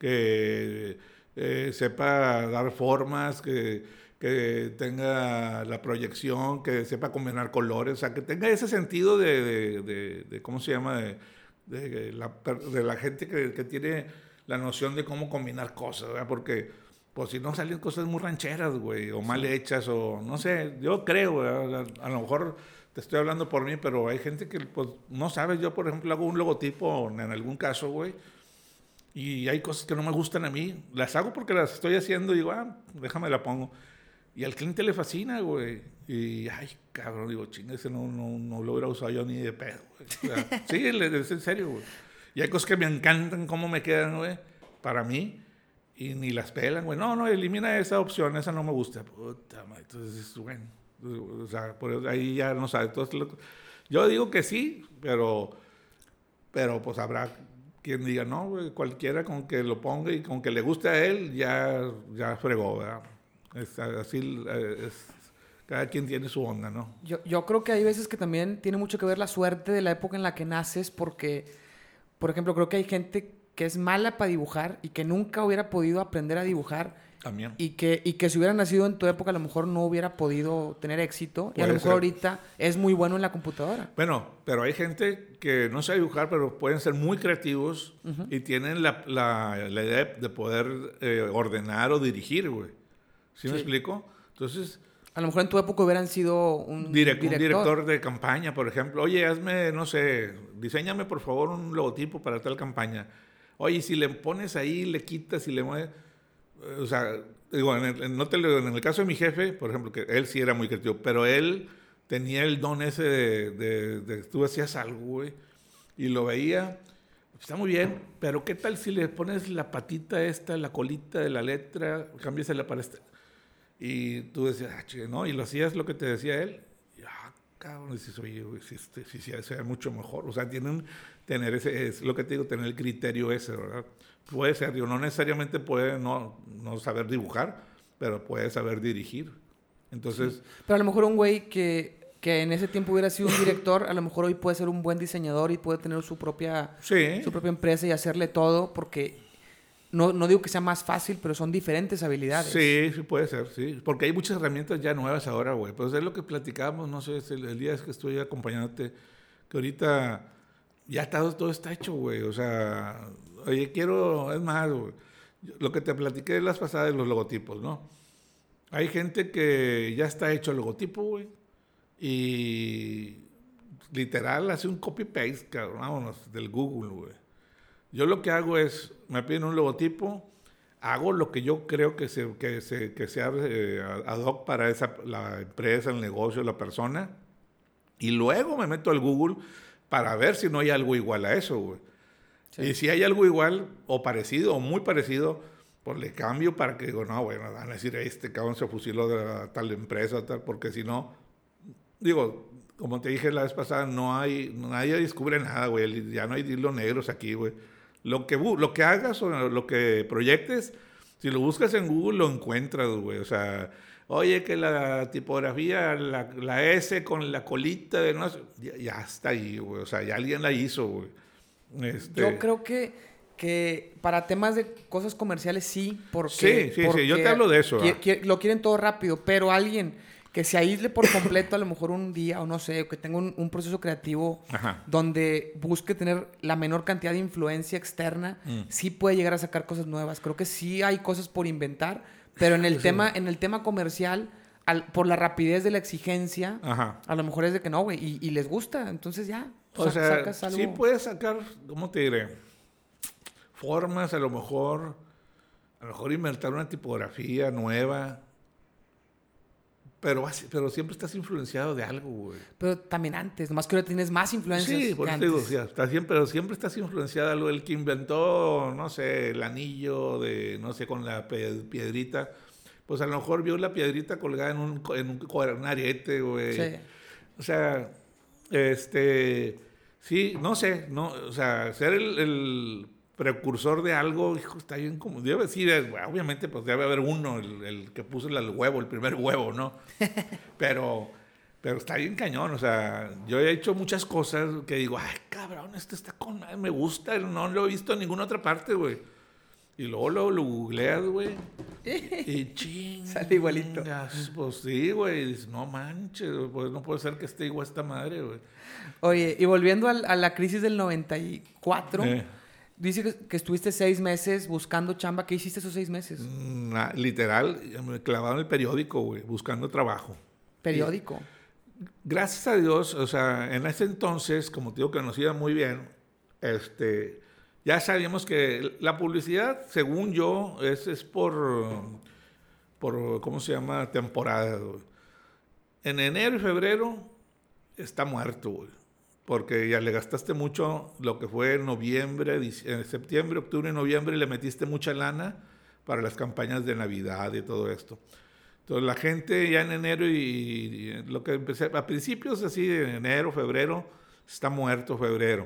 que eh, sepa dar formas, que, que tenga la proyección, que sepa combinar colores, o sea, que tenga ese sentido de, de, de, de ¿cómo se llama? De, de, la, de la gente que, que tiene la noción de cómo combinar cosas, ¿verdad? Porque... pues si no salen cosas muy rancheras, güey, o mal hechas, o no sé, yo creo, güey, a, a lo mejor te estoy hablando por mí, pero hay gente que pues no sabe. Yo, por ejemplo, hago un logotipo en algún caso, güey, y hay cosas que no me gustan a mí, las hago porque las estoy haciendo y digo, ah, déjame la pongo. Y al cliente le fascina, güey, y ay, cabrón, digo, chinga, ese no, no, no lo hubiera usado yo ni de pedo, güey. O sea, sí, es en serio, güey. Y hay cosas que me encantan cómo me quedan, güey, para mí. Y ni las pelan, güey. No, no, elimina esa opción, esa no me gusta. Puta madre. Entonces, bueno, o sea, por ahí ya no sabe. Entonces, lo, yo digo que sí, pero, pero pues habrá quien diga, no, güey, cualquiera con que lo ponga y con que le guste a él, ya, ya fregó, ¿verdad? Es, así, es, cada quien tiene su onda, ¿no? Yo, yo creo que hay veces que también tiene mucho que ver la suerte de la época en la que naces, porque, por ejemplo, creo que hay gente que es mala para dibujar y que nunca hubiera podido aprender a dibujar. También. Y que, y que si hubiera nacido en tu época a lo mejor no hubiera podido tener éxito. Y a lo mejor ser. ahorita es muy bueno en la computadora. Bueno, pero hay gente que no sabe dibujar, pero pueden ser muy creativos uh-huh. y tienen la, la, la idea de poder eh, ordenar o dirigir, güey. ¿Sí, sí me explico? Entonces... a lo mejor en tu época hubieran sido un direct, director. Un director de campaña, por ejemplo. Oye, hazme, no sé, diséñame por favor un logotipo para tal campaña. Oye, si le pones ahí, le quitas y le mueves... O sea, digo, en el, no te, en el caso de mi jefe, por ejemplo, que él sí era muy creativo, pero él tenía el don ese de, de, de, de tú hacías algo, güey, y lo veía, está muy bien, pero ¿qué tal si le pones la patita esta, la colita de la letra, cámbiasela para esta? Y tú decías, ah, che, ¿no? Y lo hacías lo que te decía él, y ah, cabrón, dices, oye, güey, si, si, si, si sea mucho mejor. O sea, tienen, tener ese, es lo que te digo, tener el criterio ese, ¿verdad? Puede ser, digo, no necesariamente puede no, no saber dibujar, pero puede saber dirigir. Entonces... sí. Pero a lo mejor un güey que, que en ese tiempo hubiera sido un director, a lo mejor hoy puede ser un buen diseñador y puede tener su propia, sí. su propia empresa y hacerle todo, porque no, no digo que sea más fácil, pero son diferentes habilidades. Sí, sí puede ser, sí. Porque hay muchas herramientas ya nuevas ahora, güey. Pues es lo que platicábamos, no sé, el, el día es que estoy acompañándote, que ahorita ya todo, todo está hecho, güey. O sea... oye, quiero, es más, güey, lo que te platiqué de las pasadas de los logotipos, ¿no? Hay gente que ya está hecho el logotipo, güey, y literal hace un copy-paste, cabrón, vámonos, del Google, güey. Yo lo que hago es, me piden un logotipo, hago lo que yo creo que, se, que, se, que sea eh, ad hoc para esa, la empresa, el negocio, la persona, y luego me meto al Google para ver si no hay algo igual a eso, güey. Sí. Y si hay algo igual o parecido o muy parecido, pues le cambio para que digo, no, bueno, van a decir, este cabrón se fusiló de la, tal empresa, tal, porque si no, digo, como te dije la vez pasada, no hay, nadie descubre nada, güey, ya no hay hilos negros aquí, güey. Lo que, lo que hagas o lo que proyectes, si lo buscas en Google, lo encuentras, güey, o sea... Oye, que la tipografía, la, la S con la colita, de no sé, ya, ya está ahí, güey. O sea, ya alguien la hizo, güey. Este... Yo creo que, que para temas de cosas comerciales sí, porque... Sí, sí, porque sí, yo te hablo de eso. Qui- qui- lo quieren todo rápido, pero alguien que se aísle por completo a lo mejor un día, o no sé, o que tenga un, un proceso creativo Ajá. donde busque tener la menor cantidad de influencia externa, mm. sí puede llegar a sacar cosas nuevas. Creo que sí hay cosas por inventar. Pero en el, sí. tema, en el tema comercial, al, por la rapidez de la exigencia, Ajá. a lo mejor es de que no, güey, y, y les gusta, entonces ya, o sa- sea, sacas algo. Sí puedes sacar, ¿cómo te diré? Formas, a lo mejor, a lo mejor inventar una tipografía nueva, pero, pero siempre estás influenciado de algo, güey. Pero también antes, nomás que ahora tienes más influencias Sí, por que eso antes. digo, sí, está siempre, pero siempre estás influenciado de algo. El que inventó, no sé, el anillo de, no sé, con la piedrita, pues a lo mejor vio la piedrita colgada en un, en un, un ariete, güey. Sí. O sea, este, sí, no sé, no, o sea, ser el, el precursor de algo, hijo, está bien como, debe decir, obviamente, pues debe haber uno, el, el que puso el huevo, el primer huevo, ¿no? Pero, pero está bien cañón, o sea, yo he hecho muchas cosas que digo, ay, cabrón, esto está con madre, me gusta, no lo he visto en ninguna otra parte, güey. Y luego lo, lo googleas, güey, y ching. Sale igualito. Pues sí, güey, dices, no manches, pues no puede ser que esté igual esta madre, güey. Oye, y volviendo a, a la crisis del noventa y cuatro... Eh. Dice que, que estuviste seis meses buscando chamba. ¿Qué hiciste esos seis meses? Nah, literal, me clavaba en el periódico, güey, buscando trabajo. ¿Periódico? Y, gracias a Dios, o sea, en ese entonces, como te digo que nos iba muy bien, este, ya sabíamos que la publicidad, según yo, es, es por, por, ¿cómo se llama? Temporada, güey. En enero y febrero está muerto, güey. Porque ya le gastaste mucho lo que fue en noviembre, en septiembre, octubre y noviembre, y le metiste mucha lana para las campañas de Navidad y todo esto. Entonces la gente ya en enero y, y lo que empecé, a principios así de enero, febrero, está muerto febrero.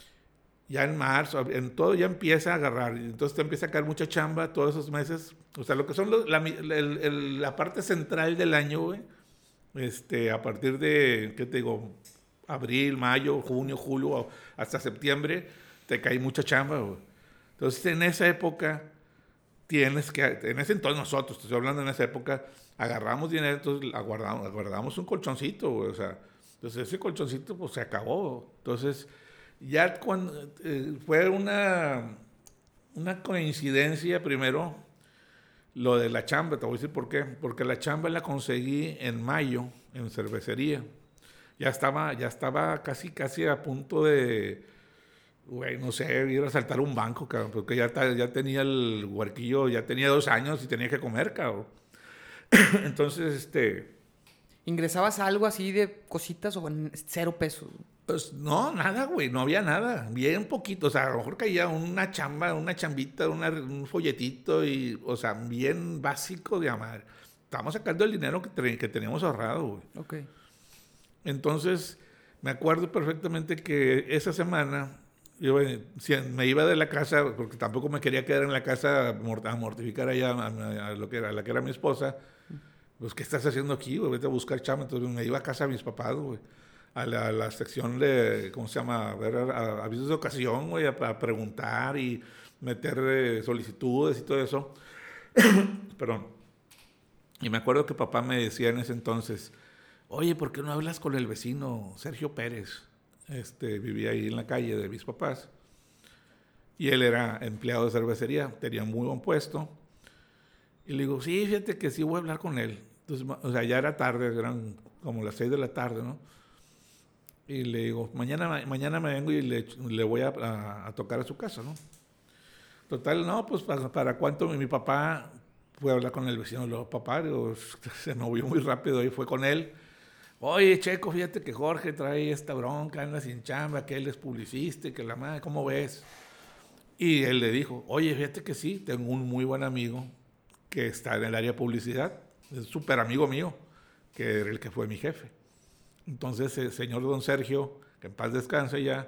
Ya en marzo, en todo ya empieza a agarrar. Entonces te empieza a caer mucha chamba todos esos meses. O sea, lo que son los, la, el, el, la parte central del año, güey, este, a partir de, ¿qué te digo? Abril, mayo, junio, julio, hasta septiembre, te cae mucha chamba, güey. Entonces, en esa época, tienes que, en ese entonces nosotros, estoy hablando en esa época, agarramos dinero, entonces aguardamos, aguardamos un colchoncito, güey, o sea, entonces ese colchoncito, pues, se acabó. Entonces, ya cuando, eh, fue una, una coincidencia, primero, lo de la chamba, te voy a decir por qué, porque la chamba la conseguí en mayo, en cervecería. Ya estaba, ya estaba casi, casi a punto de, güey, no sé, ir a saltar un banco, cabrón, porque ya, ya tenía el huerquillo, ya tenía dos años y tenía que comer, cabrón. Entonces, este... ¿Ingresabas a algo así de cositas o en cero pesos? Pues no, nada, güey, no había nada, bien poquito, o sea, a lo mejor caía una chamba, una chambita, una, un folletito, y, o sea, bien básico de amar. Estábamos sacando el dinero que, que teníamos ahorrado, güey. Ok. Entonces, me acuerdo perfectamente que esa semana yo me iba de la casa, porque tampoco me quería quedar en la casa a mortificar allá a, a, lo que era, a la que era mi esposa. Pues, ¿qué estás haciendo aquí, güey? Vete a buscar chamba. Entonces, me iba a casa de mis papás, güey. A la, a la sección de, ¿cómo se llama? A ver, a, a avisos de ocasión, güey, a, a preguntar y meter eh, solicitudes y todo eso. Perdón. Y me acuerdo que papá me decía en ese entonces... Oye, ¿por qué no hablas con el vecino Sergio Pérez? Este, vivía ahí en la calle de mis papás. Y él era empleado de cervecería, tenía muy buen puesto. Y le digo, sí, fíjate que sí voy a hablar con él. Entonces, o sea, ya era tarde, eran como las seis de la tarde, ¿no? Y le digo, mañana, mañana me vengo y le, le voy a, a, a tocar a su casa, ¿no? Total, no, pues para, para cuánto mi, mi papá fue a hablar con el vecino. Luego, papá, digo, se movió muy rápido y fue con él. Oye, Checo, fíjate que Jorge trae esta bronca, anda sin chamba, que él es publicista, que la madre, ¿cómo ves? Y él le dijo, oye, fíjate que sí, tengo un muy buen amigo que está en el área de publicidad, es súper amigo mío, que era el que fue mi jefe. Entonces el señor don Sergio, que en paz descanse ya,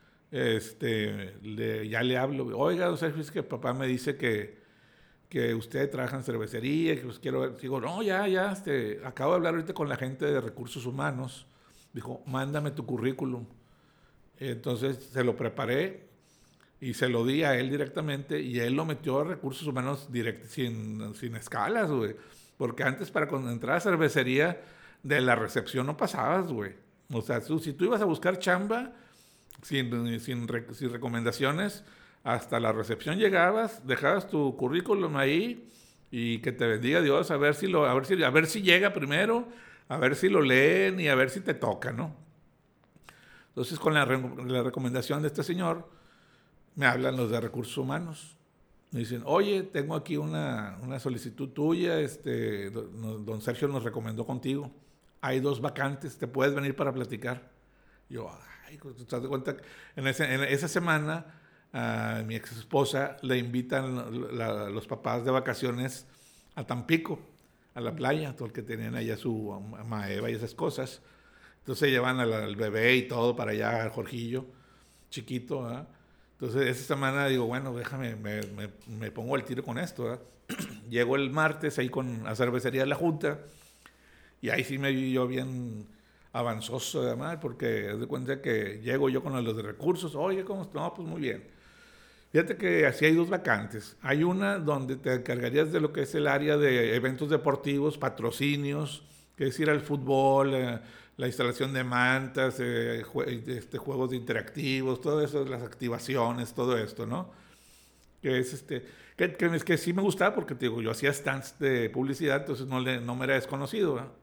este, le, ya le hablo, oiga, don Sergio, es que papá me dice que, que usted trabaja en cervecería, que pues quiero ver. Digo, no, ya, ya, este, acabo de hablar ahorita con la gente de recursos humanos. Dijo, mándame tu currículum. Entonces se lo preparé y se lo di a él directamente y él lo metió a recursos humanos direct, sin, sin escalas, güey. Porque antes para cuando entrar a cervecería de la recepción no pasabas, güey. O sea, tú, si tú ibas a buscar chamba sin, sin, sin recomendaciones, hasta la recepción llegabas, dejabas tu currículum ahí y que te bendiga Dios, a ver si, lo, a ver si, a ver si llega primero, a ver si lo leen y a ver si te toca, ¿no? Entonces, con la, la recomendación de este señor, me hablan los de recursos humanos. Me dicen, oye, tengo aquí una, una solicitud tuya, este, don, don Sergio nos recomendó contigo. Hay dos vacantes, ¿te puedes venir para platicar? Yo, ay, ¿tú te das cuenta? En, ese, en esa semana, a mi ex esposa le invitan la, los papás de vacaciones a Tampico, a la playa, porque tenían allá su Maeva y esas cosas. Entonces llevan al, al bebé y todo para allá, al Jorgillo, chiquito, ¿verdad? Entonces esa semana digo, bueno, déjame, me, me, me pongo al tiro con esto, ¿verdad? Llego el martes ahí con la cervecería de la Junta y ahí sí me vi yo bien avanzoso, además, porque haz de cuenta que llego yo con los de recursos, oye, ¿cómo está? No, pues muy bien. Fíjate que así hay dos vacantes. Hay una donde te encargarías de lo que es el área de eventos deportivos, patrocinios, que es ir al fútbol, eh, la instalación de mantas, eh, jue este, juegos interactivos, todo eso, las activaciones, todo esto, ¿no? Que es este, que, que, que sí me gustaba porque te digo, yo hacía stands de publicidad, entonces no, le, no me era desconocido, ¿verdad?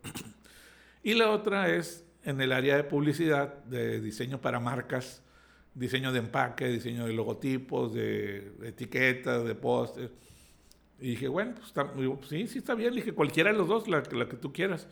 Y la otra es en el área de publicidad, de diseño para marcas, diseño de empaque, diseño de logotipos, de, de etiquetas, de pósters. Y dije, bueno, pues está, digo, sí, sí está bien. Le dije, cualquiera de los dos, la, la que tú quieras.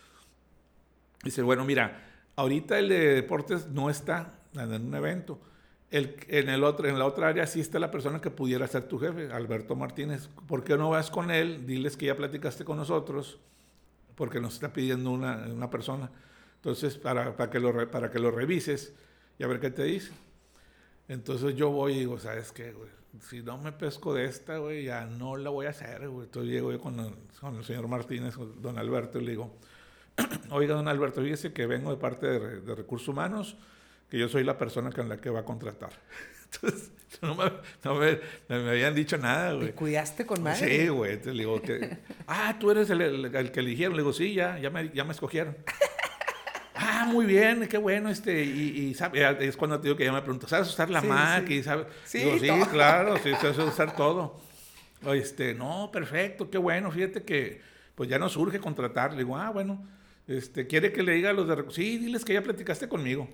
Dice, bueno, mira, ahorita el de deportes no está en un evento. El, en, el otro, en la otra área sí está la persona que pudiera ser tu jefe, Alberto Martínez. ¿Por qué no vas con él? Diles que ya platicaste con nosotros, porque nos está pidiendo una, una persona. Entonces, para, para, que lo, para que lo revises y a ver qué te dice. Entonces yo voy y digo, ¿sabes qué, güey? Si no me pesco de esta, güey, ya no la voy a hacer, güey. Entonces llego yo con el, con el señor Martínez, con don Alberto, y le digo, oiga, don Alberto, fíjese que vengo de parte de, de Recursos Humanos, que yo soy la persona con la que va a contratar. Entonces, no me, no me, no me habían dicho nada, güey. ¿Te cuidaste con madre? Sí, güey. Entonces le digo, que, ah, tú eres el, el, el que eligieron. Le digo, sí, ya, ya me, ya me escogieron. Ah, muy bien, qué bueno, este, y, y sabe, es cuando te digo que ya me pregunto, ¿sabes usar la sí, Mac? Sí. Y sabe, sí, digo, sí, todo. Claro, sí, sabes usar todo. Este, no, perfecto, qué bueno, fíjate que, pues ya nos urge contratar. Le digo, ah, bueno, este, ¿quiere que le diga a los de recursos? Sí, diles que ya platicaste conmigo.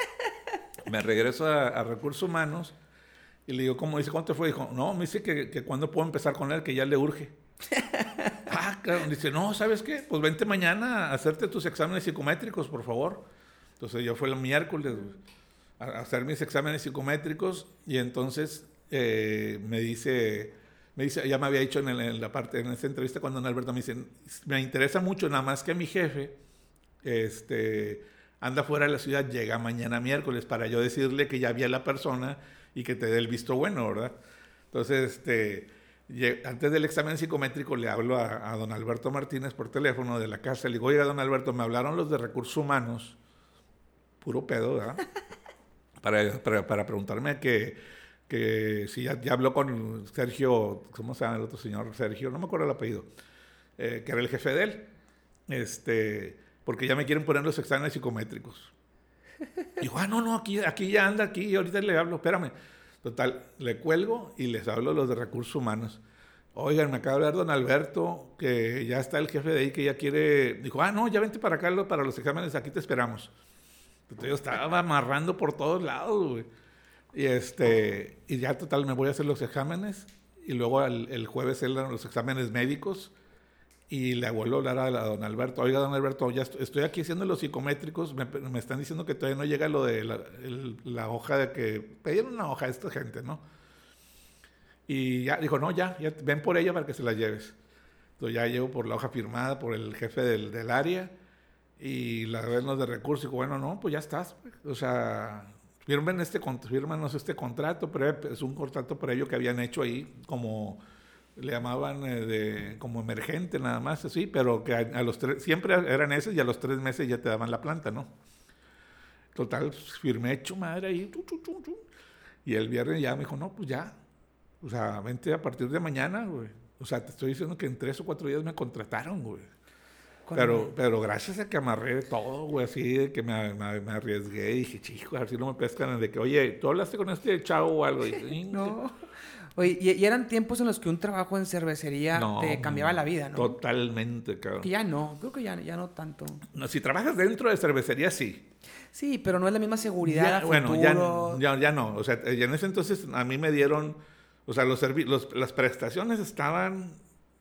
Me regreso a, a Recursos Humanos y le digo, ¿cómo dice? ¿Cuánto fue? Dijo, no, me dice que, que cuándo puedo empezar con él, que ya le urge. Ah, claro. Dice, no, ¿sabes qué? Pues vente mañana a hacerte tus exámenes psicométricos, por favor. Entonces yo fui el miércoles a hacer mis exámenes psicométricos y entonces eh, me dice, me dice, ya me había dicho en, el, en la parte, en esta entrevista cuando don Alberto me dice, me interesa mucho, nada más que mi jefe este, anda fuera de la ciudad, llega mañana miércoles para yo decirle que ya vi a la persona y que te dé el visto bueno, ¿verdad? Entonces, este... antes del examen psicométrico le hablo a, a don Alberto Martínez por teléfono de la casa. Le digo, oiga, don Alberto, me hablaron los de Recursos Humanos, puro pedo, ¿verdad? para, para, para preguntarme que, que si ya, ya habló con Sergio, ¿cómo se llama el otro señor? Sergio, no me acuerdo el apellido, eh, que era el jefe de él, este, porque ya me quieren poner los exámenes psicométricos. Digo, ah, no, no, aquí, aquí ya anda, aquí, ahorita le hablo, espérame. Total, le cuelgo y les hablo a los de Recursos Humanos. Oigan, me acaba de hablar don Alberto, que ya está el jefe de ahí, que ya quiere... Dijo, ah, no, ya vente para acá para los exámenes, aquí te esperamos. Entonces yo estaba amarrando por todos lados, güey. Y, este, y ya, total, me voy a hacer los exámenes. Y luego el, el jueves eran los exámenes médicos. Y le vuelvo a hablar a, a don Alberto. Oiga, don Alberto, ya estoy, estoy aquí haciendo los psicométricos. Me, me están diciendo que todavía no llega lo de la, el, la hoja de que... Pedían una hoja a esta gente, ¿no? Y ya, dijo, no, ya, ya, ven por ella para que se la lleves. Entonces ya llevo por la hoja firmada por el jefe del, del área y la ven los de recursos. Y digo, bueno, no, pues ya estás. O sea, firmen este, fírmanos este contrato, pero es un contrato previo que habían hecho ahí como... le llamaban eh, de, como emergente nada más, así, pero que a, a los tres, siempre eran esos y a los tres meses ya te daban la planta, ¿no? Total, pues, firmé hecho madre ahí, chu, chu, chu, chu. Y el viernes ya me dijo, no, pues ya, o sea, vente a partir de mañana, güey. O sea, te estoy diciendo que en tres o cuatro días me contrataron, güey. Pero, pero gracias a que amarré todo, güey, así, de que me, me, me arriesgué, y dije, chico, a ver si no me pescan, de que, oye, ¿tú hablaste con este chavo o algo? Y, no. Oye, y, y eran tiempos en los que un trabajo en cervecería no, te cambiaba la vida, ¿no? Totalmente, cabrón. Que ya no, creo que ya, ya no tanto. No, si trabajas dentro de cervecería, sí. Sí, pero no es la misma seguridad ya, a bueno, futuro. ya, ya, ya no. O sea, en ese entonces a mí me dieron, o sea, los, los las prestaciones estaban,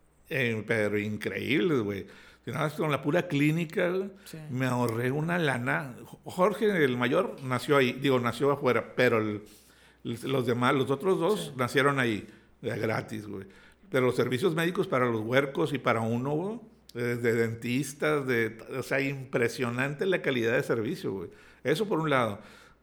eh, pero increíbles, güey. Si nada más con la pura clínica, sí. Me ahorré una lana. Jorge, el mayor, nació ahí, digo, nació afuera, pero el, los demás, los otros dos, sí. Nacieron ahí, de gratis, güey. Pero los servicios médicos para los huercos y para uno, güey, de, de dentistas, de, o sea, impresionante la calidad de servicio, güey. Eso por un lado.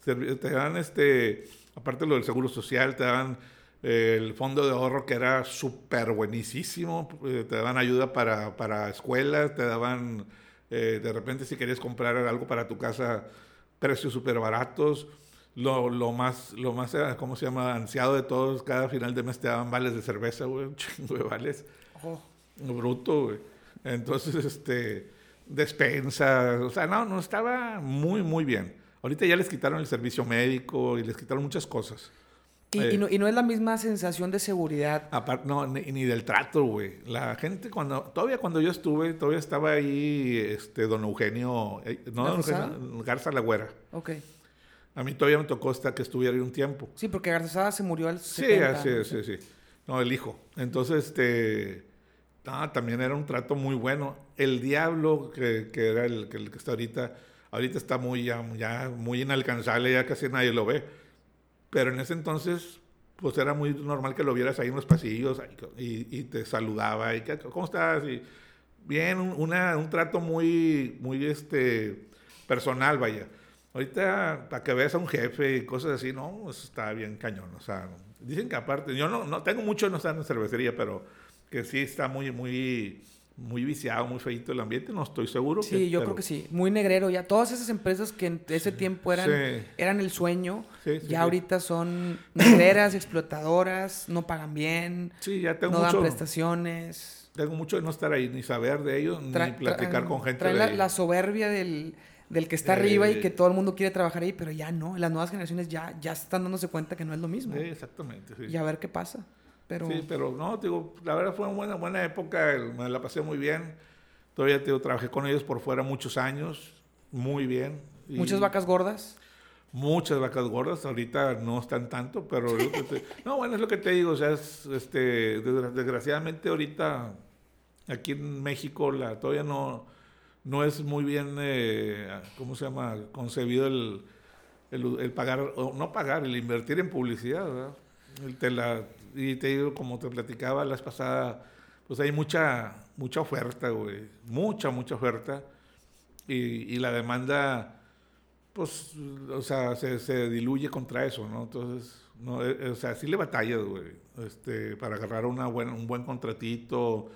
Te dan, este, aparte de lo del seguro social, te daban eh, el fondo de ahorro que era súper buenísimo, eh, te daban ayuda para, para escuelas, te daban, eh, de repente si querías comprar algo para tu casa, precios súper baratos. Lo, lo más, lo más, ¿cómo se llama? Ansiado de todos, cada final de mes te daban vales de cerveza, güey, un chingo de vales. Oh. Bruto, güey. Entonces, este, despensa, o sea, no, no, estaba muy, muy bien. Ahorita ya les quitaron el servicio médico y les quitaron muchas cosas. Y, eh, y, no, y no es la misma sensación de seguridad. Aparte, no, ni, ni del trato, güey. La gente, cuando, todavía cuando yo estuve, todavía estaba ahí, este, don Eugenio, eh, no, don Eugenio, Garza Lagüera. Ok. A mí todavía me tocó hasta que estuviera ahí un tiempo. Sí, porque Garzazada se murió al setenta. Sí, sí, sí, sí. No, el hijo. Entonces, este... No, también era un trato muy bueno. El Diablo, que, que era el que, el que está ahorita, ahorita está muy, ya, ya muy inalcanzable, ya casi nadie lo ve. Pero en ese entonces, pues era muy normal que lo vieras ahí en los pasillos y, y te saludaba. Y, ¿cómo estás? Y, bien, una, un trato muy, muy este, personal, vaya. Ahorita, para que veas a un jefe y cosas así, no, eso está bien cañón. O sea, dicen que aparte, yo no, no tengo mucho de no estar en cervecería, pero que sí está muy, muy, muy viciado, muy feito el ambiente, no estoy seguro. Sí, que, yo pero... creo que sí. Muy negrero ya. Todas esas empresas que en ese tiempo eran, sí. eran el sueño, sí, sí, ya sí. ahorita son negreras, explotadoras, no pagan bien, sí, ya tengo no mucho, dan prestaciones. Tengo mucho de no estar ahí, ni saber de ellos, tra- ni platicar tra- con gente traen de la, ahí. la soberbia del... del que está eh, arriba y que todo el mundo quiere trabajar ahí, pero ya no, las nuevas generaciones ya, ya están dándose cuenta que no es lo mismo. Sí, exactamente. Sí. Y a ver qué pasa. Pero... Sí, pero no, digo, la verdad fue una buena, buena época, me la pasé muy bien. Todavía digo, trabajé con ellos por fuera muchos años, muy bien. Y ¿muchas vacas gordas? Muchas vacas gordas, ahorita no están tanto, pero... te, no, bueno, es lo que te digo, o sea, es, este, desgraciadamente ahorita aquí en México la, todavía no... no es muy bien, eh, ¿cómo se llama?, concebido el, el, el pagar, o no pagar, el invertir en publicidad, ¿verdad? El te la, y te digo, como te platicaba la vez pasada, pues hay mucha, mucha oferta, güey, mucha, mucha oferta, y, y la demanda, pues, o sea, se, se diluye contra eso, ¿no? Entonces, no, o sea, sí le batallas, güey, este, para agarrar una buena, un buen contratito,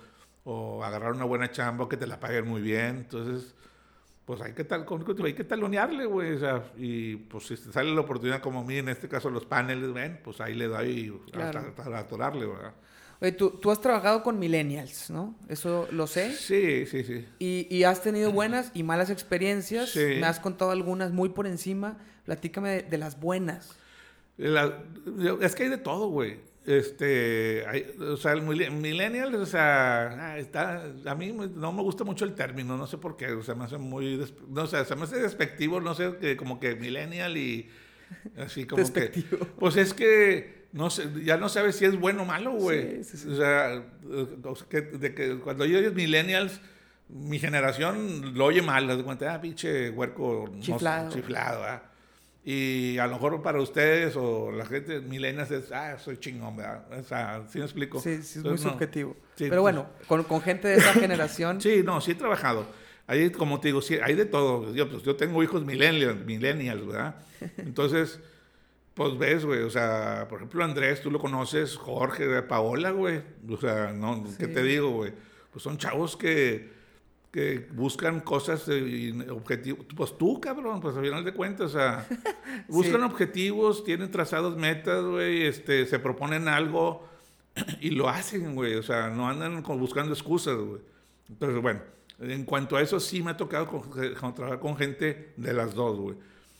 o agarrar una buena chamba que te la paguen muy bien. Entonces, pues hay que, tal, hay que talonearle, güey. O sea, y pues si te sale la oportunidad como a mí, en este caso los paneles, ven, pues ahí le doy claro. hasta, hasta atorarle, ¿verdad? Oye, tú, tú has trabajado con millennials, ¿no? Eso lo sé. Sí, sí, sí. Y, y has tenido buenas y malas experiencias. Sí. Me has contado algunas muy por encima. Platícame de, de las buenas. La, es que hay de todo, güey. Este, hay, o sea, el millennial, o sea, está, a mí no me gusta mucho el término, no sé por qué, o sea, me hace muy, no sé, se me hace despectivo, no sé, que como que millennial y así como despectivo. Que, pues es que, no sé, ya no sabes si es bueno o malo, güey. Sí, sí, sí. O sea, que, de que cuando yo digo millennials, mi generación lo oye mal, las de cuenta, ah, pinche huerco chiflado, no, chiflado, ¿ah? Y a lo mejor para ustedes o la gente milenial es, ah, soy chingón, ¿verdad? O sea, ¿sí me explico? Sí, sí, es Entonces, muy no. subjetivo. Sí, Pero pues, bueno, con, con gente de esa generación... sí, no, sí he trabajado. Ahí, como te digo, sí, hay de todo. Yo, pues, yo tengo hijos millennials, millennials, ¿verdad? Entonces, pues ves, güey, o sea, por ejemplo, Andrés, tú lo conoces, Jorge, Paola, güey. O sea, no, ¿qué Sí. te digo, güey? Pues son chavos que, que buscan cosas eh, y objetivos. Pues tú, cabrón, pues al final de cuentas, o sea, buscan Sí. objetivos, tienen trazados metas, güey, este, se proponen algo y lo hacen, güey. O sea, no andan con- buscando excusas, güey. Entonces, bueno, en cuanto a eso, sí me ha tocado con- con- trabajar con gente de las dos, güey.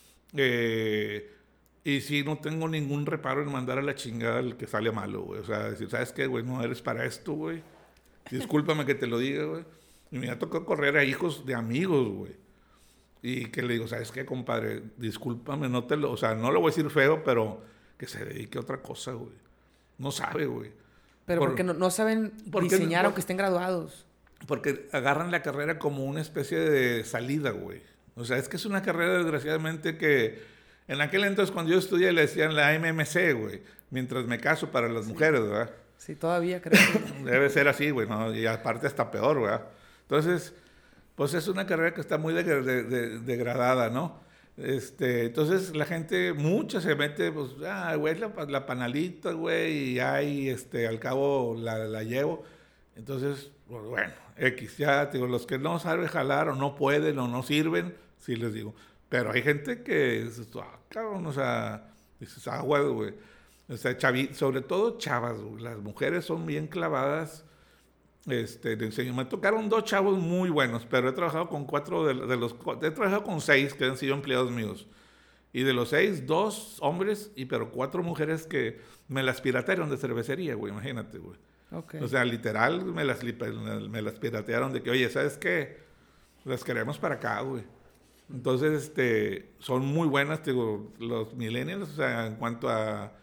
Eh, y sí, no tengo ningún reparo en mandar a la chingada al que sale malo, güey. O sea, decir, ¿sabes qué, güey? No eres para esto, güey. Discúlpame que te lo diga, güey. Y me ha tocado correr a hijos de amigos, güey. Y que le digo, ¿sabes qué, compadre? Discúlpame, no te lo... O sea, no lo voy a decir feo, pero que se dedique a otra cosa, güey. No sabe, güey. Pero Por- porque no, no saben porque- diseñar por- aunque estén graduados. Porque agarran la carrera como una especie de salida, güey. O sea, es que es una carrera, desgraciadamente, que en aquel entonces, cuando yo estudié, le decían la M M C, güey. Mientras me caso para las mujeres, ¿verdad? Sí, todavía creo. que- Debe ser así, güey, ¿no? Y aparte hasta peor, ¿verdad? Entonces, pues es una carrera que está muy de- de- de- degradada, ¿no? Este, entonces la gente, mucha se mete, pues, ah, güey, la, pa- la panalita, güey, y ahí, este, al cabo la, la llevo. Entonces, pues, bueno, X, ya, te digo, los que no saben jalar o no pueden o no sirven, sí les digo. Pero hay gente que, dices, ah, cabrón, o sea, dices, agua, güey. O sea, chavi- sobre todo chavas, güey. Las mujeres son bien clavadas. Este, de enseño. Me tocaron dos chavos muy buenos, pero he trabajado con cuatro de, de los... He trabajado con seis que han sido empleados míos. Y de los seis, dos hombres, y pero cuatro mujeres que me las piratearon de cervecería, güey, imagínate, güey. Ok. O sea, literal, me las, li- me las piratearon de que, oye, ¿sabes qué? Las queremos para acá, güey. Entonces, este, son muy buenas, te digo, los millennials, o sea, en cuanto a...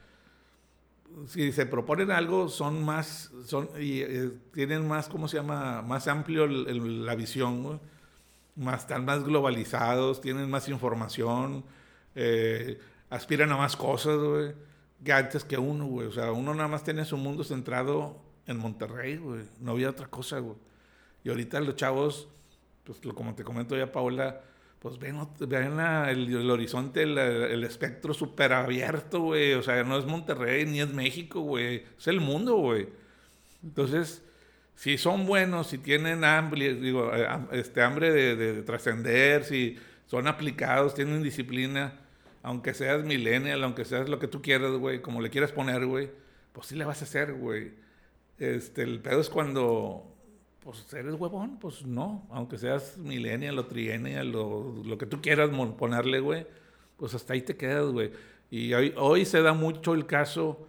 Si se proponen algo, son más, son, y, eh, tienen más, ¿cómo se llama? Más amplio el- el- la visión, güey. Más, están más globalizados, tienen más información, eh, aspiran a más cosas, güey, que antes que uno, güey. O sea, uno nada más tenía su mundo centrado en Monterrey, güey. No había otra cosa, güey. Y ahorita los chavos, pues lo- como te comento ya, Paola, pues ven, ot- ven la- el, el horizonte, el, el espectro súper abierto, güey. O sea, no es Monterrey ni es México, güey. Es el mundo, güey. Entonces, si son buenos, si tienen hambre, digo, eh, ham- este, hambre de, de- de trascender, si son aplicados, tienen disciplina, aunque seas millennial, aunque seas lo que tú quieras, güey, como le quieras poner, güey, pues sí le vas a hacer, güey. Este, el pedo es cuando, pues eres huevón, pues no, aunque seas millennial o triennial o lo que tú quieras mon- ponerle, güey, pues hasta ahí te quedas, güey. Y hoy, hoy se da mucho el caso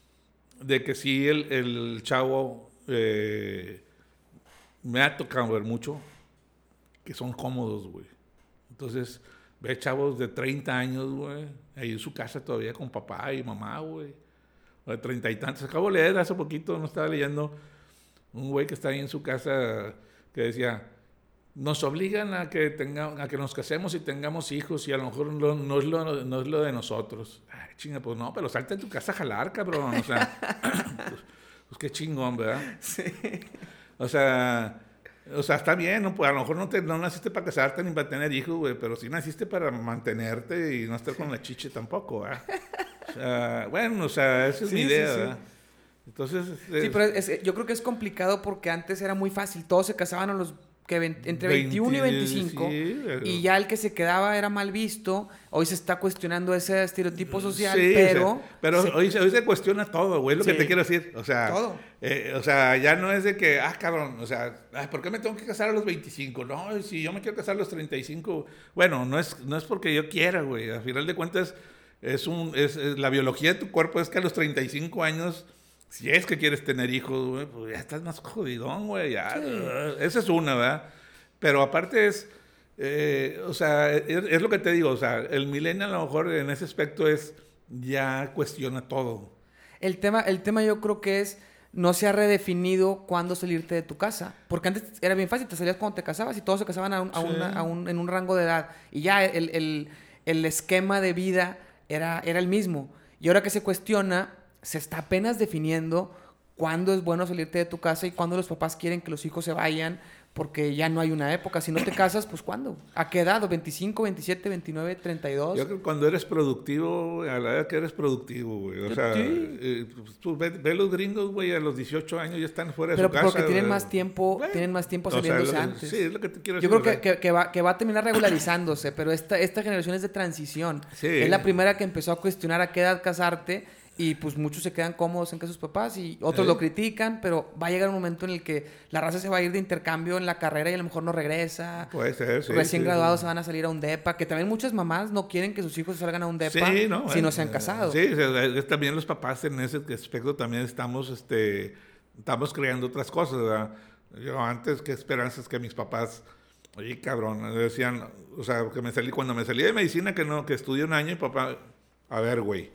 de que sí el, el chavo, eh, me ha tocado ver mucho, que son cómodos, güey. Entonces, ve chavos de treinta años, güey, ahí en su casa todavía con papá y mamá, güey. O de treinta y tantos. Acabo de leer hace poquito, no estaba leyendo, un güey que está ahí en su casa que decía, nos obligan a que, tenga, a que nos casemos y tengamos hijos y a lo mejor no, no es, lo, no es lo de nosotros. Ay, chinga, pues no, pero salta en tu casa a jalar, cabrón. O sea, pues, pues qué chingón, ¿verdad? Sí. O sea, o sea, está bien, ¿no? Pues a lo mejor no, te, no naciste para casarte ni para tener hijos, güey, pero sí naciste para mantenerte y no estar con la chiche tampoco, ¿verdad? O sea, bueno, o sea, esa es Sí, mi sí, idea, sí. ¿verdad? Entonces, es- Sí, pero es- yo creo que es complicado porque antes era muy fácil. Todos se casaban a los que vein- entre veintiuno y veinticinco. sí, pero- Y ya el que se quedaba era mal visto. Hoy se está cuestionando ese estereotipo social, Sí, pero... o sea, pero se- hoy, se, hoy se cuestiona todo, güey, es lo Sí. que te quiero decir. O sea, Todo. eh, o sea, ya no es de que, ah, cabrón, o sea, ay, ¿por qué me tengo que casar a los veinticinco? No, si yo me quiero casar a los treinta y cinco. Bueno, no es, no es porque yo quiera, güey. Al final de cuentas, es un, es, es- la biología de tu cuerpo es que a los treinta y cinco años, si es que quieres tener hijos, güey, pues ya estás más jodidón, güey. Ya, Sí. uh, esa es una, ¿verdad? Pero aparte es, eh, o sea, es, es lo que te digo, o sea, el millennial a lo mejor en ese aspecto es, ya cuestiona todo. El tema, el tema yo creo que es, no se ha redefinido cuándo salirte de tu casa. Porque antes era bien fácil, te salías cuando te casabas y todos se casaban a un- a Sí. una- a un- en un rango de edad. Y ya el, el- el esquema de vida era, era el mismo. Y ahora que se cuestiona, se está apenas definiendo cuándo es bueno salirte de tu casa y cuándo los papás quieren que los hijos se vayan, porque ya no hay una época. Si no te casas, pues ¿cuándo? ¿A qué edad? ¿veinticinco, veintisiete, veintinueve, treinta y dos? Yo creo que cuando eres productivo, a la edad que eres productivo, güey. O sea, Sí. eh, pues, tú ve, ve los gringos, güey, a los dieciocho años ya están fuera de Pero su casa. porque tienen güey. más tiempo, Bueno, tienen más tiempo o sea, saliéndose lo que- antes. Sí, es lo que te quiero Yo decir. creo o que, sea, que, que va, que va a terminar regularizándose, pero esta, esta generación es de transición. Sí. Es la primera que empezó a cuestionar a qué edad casarte y pues muchos se quedan cómodos en casa de sus papás y otros Sí. lo critican, pero va a llegar un momento en el que la raza se va a ir de intercambio en la carrera y a lo mejor no regresa. Puede ser, sí. Recién sí, graduados sí. se van a salir a un depa, que también muchas mamás no quieren que sus hijos salgan a un depa Sí, no, si bueno, no se han casado. Sí, o sea, es- también los papás en ese aspecto también estamos, este, estamos creando otras cosas, ¿verdad? Yo antes, qué esperanzas que mis papás, oye, cabrón, me decían, o sea, que me salí, cuando me salí de medicina, que no, que estudié un año, y papá, a ver, güey,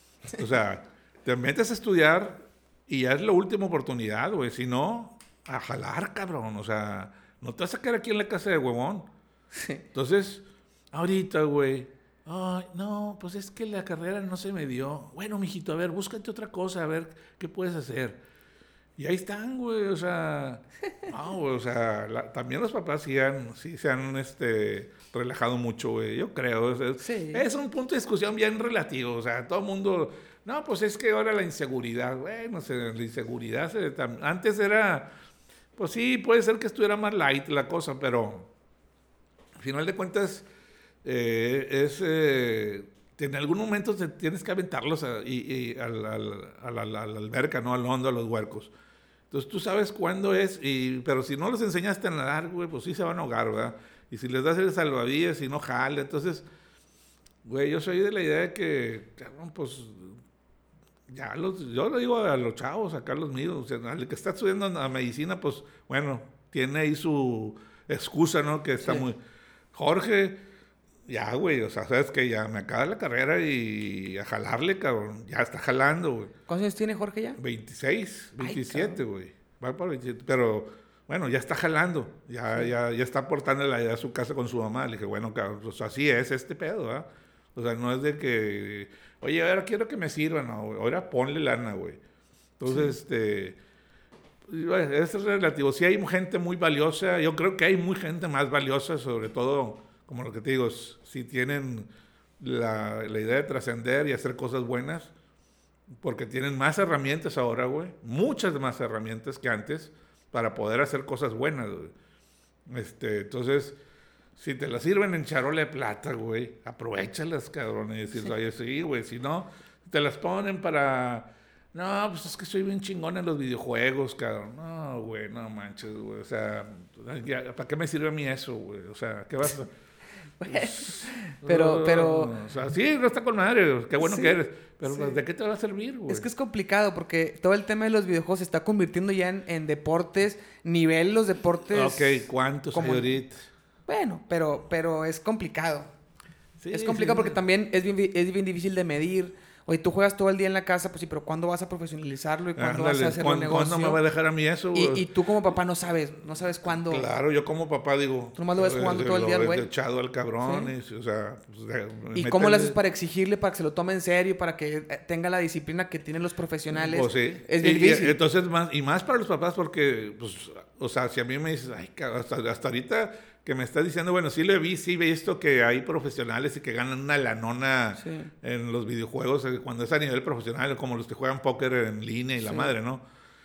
o sea, te metes a estudiar y ya es la última oportunidad, güey, si no, a jalar, cabrón, o sea, no te vas a quedar aquí en la casa de huevón. Entonces, ahorita, güey, ay, no, pues es que la carrera no se me dio. Bueno, mijito, a ver, búscate otra cosa, a ver qué puedes hacer. Y ahí están, güey, o sea, no, güey, o sea, la- también los papás sí, han, sí se han este, relajado mucho, güey, yo creo. Es, es- Sí. es un punto de discusión bien relativo, o sea, todo el mundo, no, pues es que ahora la inseguridad, güey, no sé, la inseguridad, se, tam- antes era, pues sí, puede ser que estuviera más light la cosa, pero al final de cuentas, eh, es, eh, en algún momento te tienes que aventarlos a, y, y al, al- a la, a la- a la alberca, ¿no? Al hondo, a los huercos. Entonces tú sabes cuándo es, y, pero si no los enseñaste a nadar, güey, pues sí se van a ahogar, ¿verdad? Y si les das el salvavidas y no jala, entonces, güey, yo soy de la idea de que, cabrón, pues, ya los, yo lo digo a los chavos, acá los míos, o sea, al que está estudiando a medicina, pues, bueno, tiene ahí su excusa, ¿no? Que está Sí. muy... Jorge, ya, güey, o sea, sabes que ya me acaba la carrera y a jalarle, cabrón, ya está jalando, güey. ¿Cuántos años tiene Jorge ya? veintiséis, Ay, veintisiete, güey. Va para veintisiete, pero bueno, ya está jalando, ya, ya, ya está aportándole a su casa con su mamá. Le dije, bueno, cabrón, pues así es este pedo, ¿verdad? O sea, no es de que, oye, ahora quiero que me sirvan, no, güey, ahora ponle lana, güey. Entonces, este, bueno, eso es relativo. Sí hay gente muy valiosa, yo creo que hay muy gente más valiosa, sobre todo, como lo que te digo, si tienen la, la idea de trascender y hacer cosas buenas, porque tienen más herramientas ahora, güey, muchas más herramientas que antes para poder hacer cosas buenas, güey. Este, entonces, si te las sirven en charola de plata, güey, aprovéchalas, cabrón, y decir, oye, sí, güey, si no, te las ponen para, no, pues es que soy bien chingón en los videojuegos, cabrón. No, güey, no manches, güey, o sea, ya, ¿para qué me sirve a mí eso, güey? O sea, ¿qué vas a...? Pero, pero... O sea, sí, no está con madre, qué bueno Sí, que eres, pero sí. pues, ¿de qué te va a servir, güey? Es que es complicado porque todo el tema de los videojuegos se está convirtiendo ya en, en deportes, nivel los deportes... Ok, ¿cuántos como- hay ahorita? Bueno, pero, pero es complicado. Sí, es complicado sí, porque sí. también es bien, es bien difícil de medir. Oye, tú juegas todo el día en la casa, pues sí, pero ¿cuándo vas a profesionalizarlo y cuándo Ándale, vas a hacerlo ¿cuándo, negocio? ¿cuándo me va a dejar a mí eso, y, güey? y tú como papá no sabes, no sabes cuándo... Claro, yo como papá digo... Tú nomás lo ves jugando eh, todo el lo día, ves güey. echado al cabrón, Sí. y, o sea... Pues, de- ¿Y métele- cómo le haces para exigirle, para que se lo tome en serio, para que eh, tenga la disciplina que tienen los profesionales? Pues sí. Es bien Y- y difícil. entonces, más, y más para los papás porque, pues, o sea, si a mí me dices, ay, cabrón, hasta, hasta ahorita que me estás diciendo, bueno, sí lo vi, sí he visto que hay profesionales y que ganan una lanona Sí. en los videojuegos, eh, cuando es a nivel profesional, como los que juegan póker en línea y la Sí. madre, ¿no?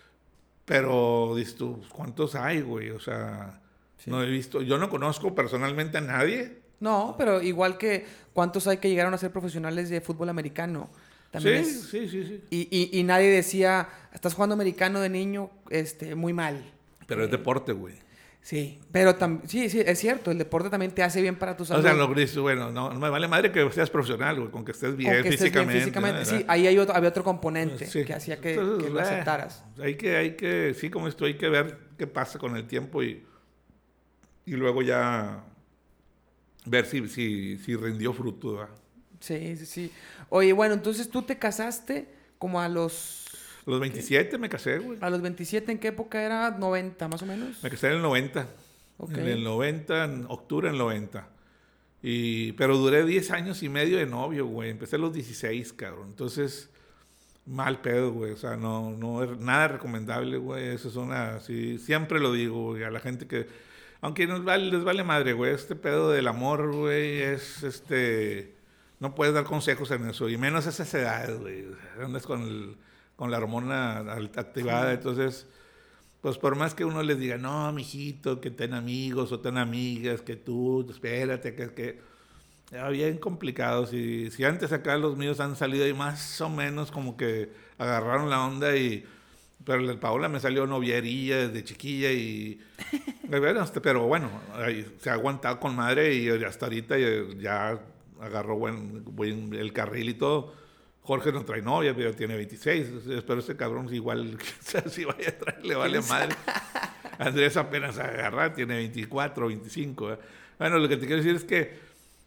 Pero, dices tú, ¿cuántos hay, güey? O sea, Sí. no he visto, yo no conozco personalmente a nadie. No, pero igual que cuántos hay que llegaron a ser profesionales de fútbol americano. También Sí, es- sí, sí, sí. y, y, y nadie decía, estás jugando americano de niño, este, muy mal. Pero es deporte, güey. Sí, pero también, sí, sí, es cierto, el deporte también te hace bien para tu salud. O sea, lo que dices, bueno, no, no me vale madre que seas profesional, güey, con que estés bien Con que estés bien físicamente. físicamente. ¿verdad? Sí, ahí hay otro, había otro componente Sí. que hacía que, Entonces, que lo eh, aceptaras. Hay que, hay que, sí, como esto, hay que ver qué pasa con el tiempo y, y luego ya ver si, si, si rindió fruto, ¿verdad? Sí, sí, sí. Oye, bueno, entonces tú te casaste como a los... A los veintisiete me casé, güey. A los veintisiete, ¿en qué época era? ¿noventa más o menos? Me casé en el noventa. Ok. En el noventa, en octubre del noventa. Y, pero duré diez años y medio de novio, güey. Empecé a los dieciséis, cabrón. Entonces, mal pedo, güey. O sea, no, no es nada recomendable, güey. Eso es una, sí, siempre lo digo, güey, a la gente que, aunque nos vale, les vale madre, güey. Este pedo del amor, güey, es, este, no puedes dar consejos en eso. Y menos a esas edades, güey. O sea, andas con, el, con la hormona activada, entonces... Pues por más que uno les diga, no, mijito, que ten amigos o ten amigas, que tú, espérate, que... que ya bien complicado. Si, si antes acá los míos han salido y más o menos como que agarraron la onda y... Pero el Paola me salió novierilla desde chiquilla y... Bueno, pero bueno, se ha aguantado con madre y hasta ahorita ya, ya agarró buen, buen el carril y todo. Jorge no trae novia, pero tiene veintiséis. Espero ese cabrón igual, si vaya a traer, le vale madre. Andrés apenas agarra, tiene veinticuatro, veinticinco. ¿eh? Bueno, lo que te quiero decir es que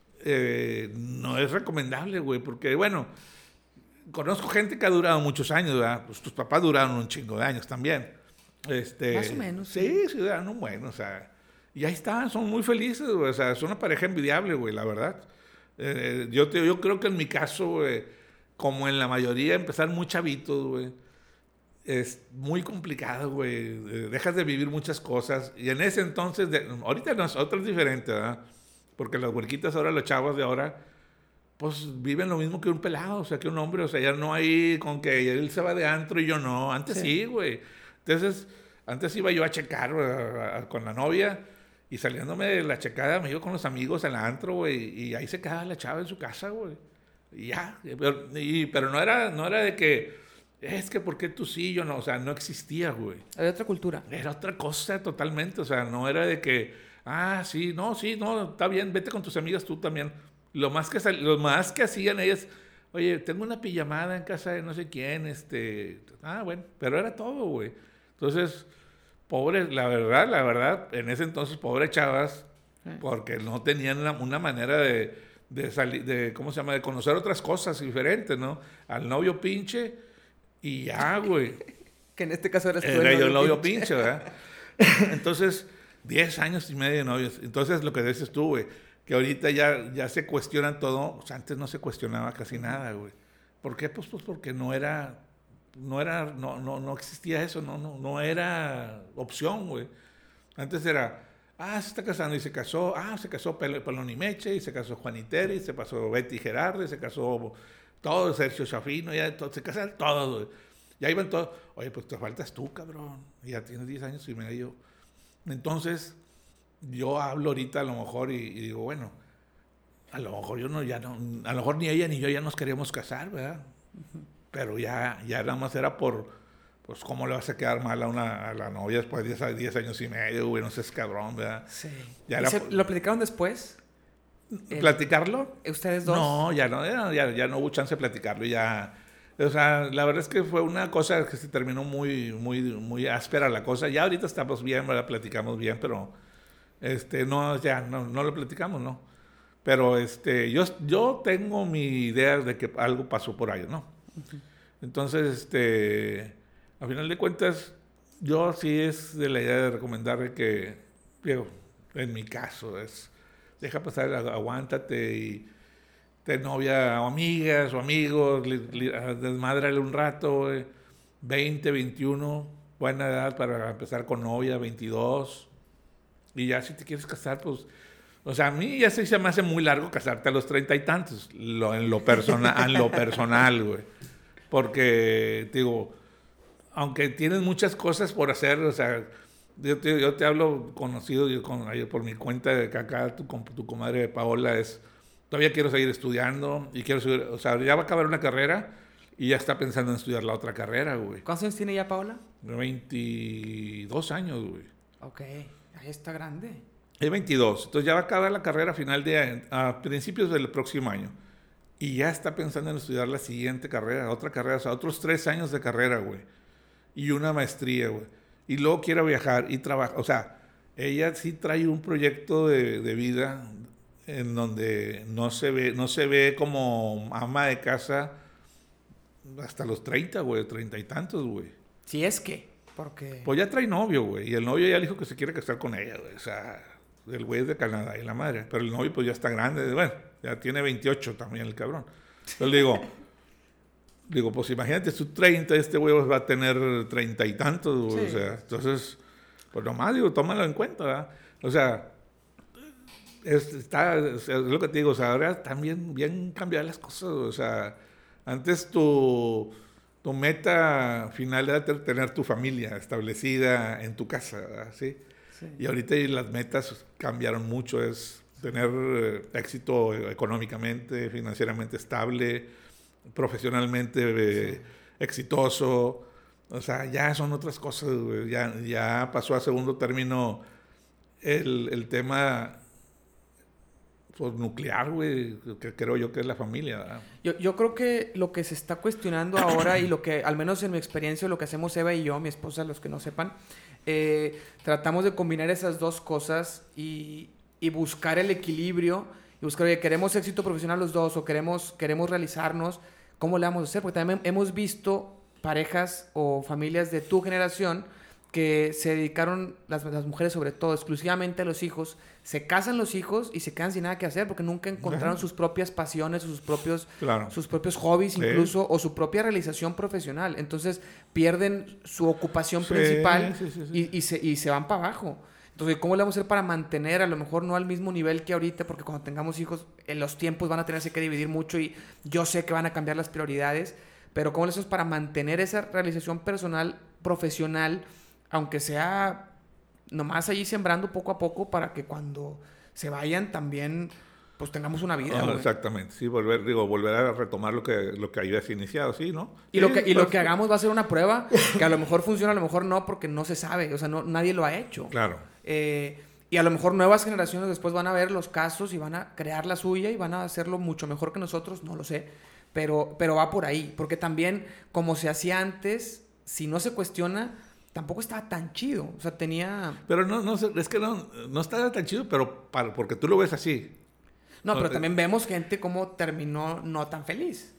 eh, no es recomendable, güey, porque, bueno, conozco gente que ha durado muchos años, ¿verdad? Pues tus papás duraron un chingo de años también. Este, Más o menos. Sí, sí, duraron un buen, o sea. Y ahí están, son muy felices, güey. O sea, es una pareja envidiable, güey, la verdad. Eh, yo, te, yo creo que en mi caso, güey, como en la mayoría, empezar muy chavitos, güey, es muy complicado, güey. Dejas de vivir muchas cosas. Y en ese entonces, de, ahorita nosotros es diferente, ¿verdad? Porque las huerquitas ahora, los chavos de ahora, pues viven lo mismo que un pelado, o sea, que un hombre. O sea, ya no hay con que él se va de antro y yo no. Antes sí, güey. Entonces, antes iba yo a checar a, a, con la novia y saliéndome de la checada me iba con los amigos al antro, güey. Y ahí se quedaba la chava en su casa, güey. Y ya, pero, y, pero no, era, no era de que, es que ¿por qué tú sí, yo no? O sea, no existía, güey. Había otra cultura. Era otra cosa totalmente, o sea, no era de que, ah, sí, no, sí, no, está bien, vete con tus amigas tú también. Lo más que, lo más que hacían ellas, oye, tengo una pijamada en casa de no sé quién, este, ah, bueno, pero era todo, güey. Entonces, pobres, la verdad, la verdad, en ese entonces, pobres chavas, porque no tenían una, una manera de... de salir, de, ¿cómo se llama? De conocer otras cosas diferentes, ¿no? Al novio pinche y ya, güey. Que en este caso eras tú el Era yo el novio pinche, pinche, ¿verdad? Entonces, diez años y medio de novios. Entonces, lo que dices tú, güey, que ahorita ya, ya se cuestionan todo. O sea, antes no se cuestionaba casi nada, güey. ¿Por qué? Pues, pues porque no era, no era, no, no, no existía eso, no, no, no era opción, güey. Antes era... Ah, se está casando y se casó. Ah, se casó Pelón y Meche, y se casó Juaniteri, se pasó Betty Gerardo, y se casó todo, Sergio Chafino, ya todo, se casaron todos. Ya iban todos. Oye, pues te faltas tú, cabrón. Ya tienes diez años y medio. Entonces, yo hablo ahorita a lo mejor y, y digo, bueno, a lo mejor yo no, ya no, a lo mejor ni ella ni yo ya nos queríamos casar, ¿verdad? Uh-huh. Pero ya, ya nada más era por... Pues, ¿cómo le vas a quedar mal a, una, a la novia después de diez años y medio, güey? No seas cabrón, ¿verdad? Sí. Ya ¿Y era, se, ¿Lo platicaron después? ¿Platicarlo? ¿Ustedes dos? No, ya no, ya, ya, ya no hubo chance de platicarlo, ya... O sea, la verdad es que fue una cosa que se terminó muy, muy, muy áspera la cosa. Ya ahorita estamos bien, ¿verdad? Platicamos bien, pero... Este, no, ya, no, no lo platicamos, ¿no? Pero, este, yo, yo tengo mi idea de que algo pasó por ahí, ¿no? Uh-huh. Entonces, este... A final de cuentas, yo sí es de la idea de recomendarle que, digo, en mi caso, es deja pasar, aguántate y ten novia o amigas o amigos, desmádrale un rato, güey. veinte, veintiuno, buena edad para empezar con novia, veintidós. Y ya si te quieres casar, pues... O sea, a mí ya se, se me hace muy largo casarte a los treinta y tantos, lo, en lo personal, en lo personal, güey. Porque, digo... Aunque tienes muchas cosas por hacer, o sea, yo te, yo te hablo conocido yo con, yo por mi cuenta de que acá tu, tu comadre Paola es, todavía quiero seguir estudiando y quiero seguir, o sea, ya va a acabar una carrera y ya está pensando en estudiar la otra carrera, güey. ¿Cuántos años tiene ya Paola? veintidós años, güey. Ok, ahí está grande. Es veintidós, entonces ya va a acabar la carrera a final de, a principios del próximo año. Y ya está pensando en estudiar la siguiente carrera, otra carrera, o sea, otros tres años de carrera, güey. Y una maestría, güey. Y luego quiere viajar y trabajar. O sea, ella sí trae un proyecto de, de vida en donde no se ve, no se ve como ama de casa hasta los treinta, güey, treinta y tantos, güey. Si es que, porque... Pues ya trae novio, güey. Y el novio ya le dijo que se quiere casar con ella, güey. O sea, el güey es de Canadá y la madre. Pero el novio pues ya está grande, bueno, ya tiene veintiocho también el cabrón. Entonces digo, digo, pues imagínate, tú treinta, este güey va a tener treinta y tantos, sí. O sea, entonces, pues nomás digo, tómalo en cuenta, ¿verdad? O sea, es, está, es lo que te digo, o sea, ahora también bien cambiar las cosas, o sea, antes tu, tu meta final era tener tu familia establecida en tu casa, ¿verdad? ¿Sí? Sí. Y ahorita las metas cambiaron mucho, es tener eh, éxito económicamente, financieramente estable, profesionalmente eh, sí. exitoso, o sea, ya son otras cosas, güey. Ya, ya pasó a segundo término el, el tema pues, nuclear, güey, que creo yo que es la familia, ¿verdad? Yo, yo creo que lo que se está cuestionando ahora y lo que, al menos en mi experiencia, lo que hacemos Eva y yo, mi esposa, los que no sepan, eh, tratamos de combinar esas dos cosas y, y buscar el equilibrio y buscar, oye, queremos éxito profesional los dos o queremos, queremos realizarnos, ¿cómo le vamos a hacer? Porque también hemos visto parejas o familias de tu generación que se dedicaron, las, las mujeres sobre todo, exclusivamente a los hijos, se casan los hijos y se quedan sin nada que hacer porque nunca encontraron sus propias pasiones, sus propios, claro. sus propios hobbies sí. incluso, o su propia realización profesional. Entonces pierden su ocupación sí, principal sí, sí, sí. Y, y, se, y se van para abajo. Entonces, ¿cómo le vamos a hacer para mantener, a lo mejor no al mismo nivel que ahorita, porque cuando tengamos hijos, en los tiempos van a tenerse que dividir mucho y yo sé que van a cambiar las prioridades, pero ¿cómo le hacemos para mantener esa realización personal, profesional, aunque sea nomás allí sembrando poco a poco para que cuando se vayan también pues tengamos una vida? Oh, exactamente, sí, volver, digo, volver a retomar lo que, lo que habías iniciado, sí, ¿no? Y, sí, lo, que, y pues, lo que hagamos va a ser una prueba que a lo mejor funciona, a lo mejor no, porque no se sabe, o sea, no, nadie lo ha hecho. Claro. Eh, y a lo mejor nuevas generaciones después van a ver los casos y van a crear la suya y van a hacerlo mucho mejor que nosotros, no lo sé, pero, pero va por ahí, porque también como se hacía antes, si no se cuestiona, tampoco estaba tan chido, o sea, tenía... Pero no, no es que no, no estaba tan chido, pero para, porque tú lo ves así. No, pero también vemos gente como terminó no tan feliz.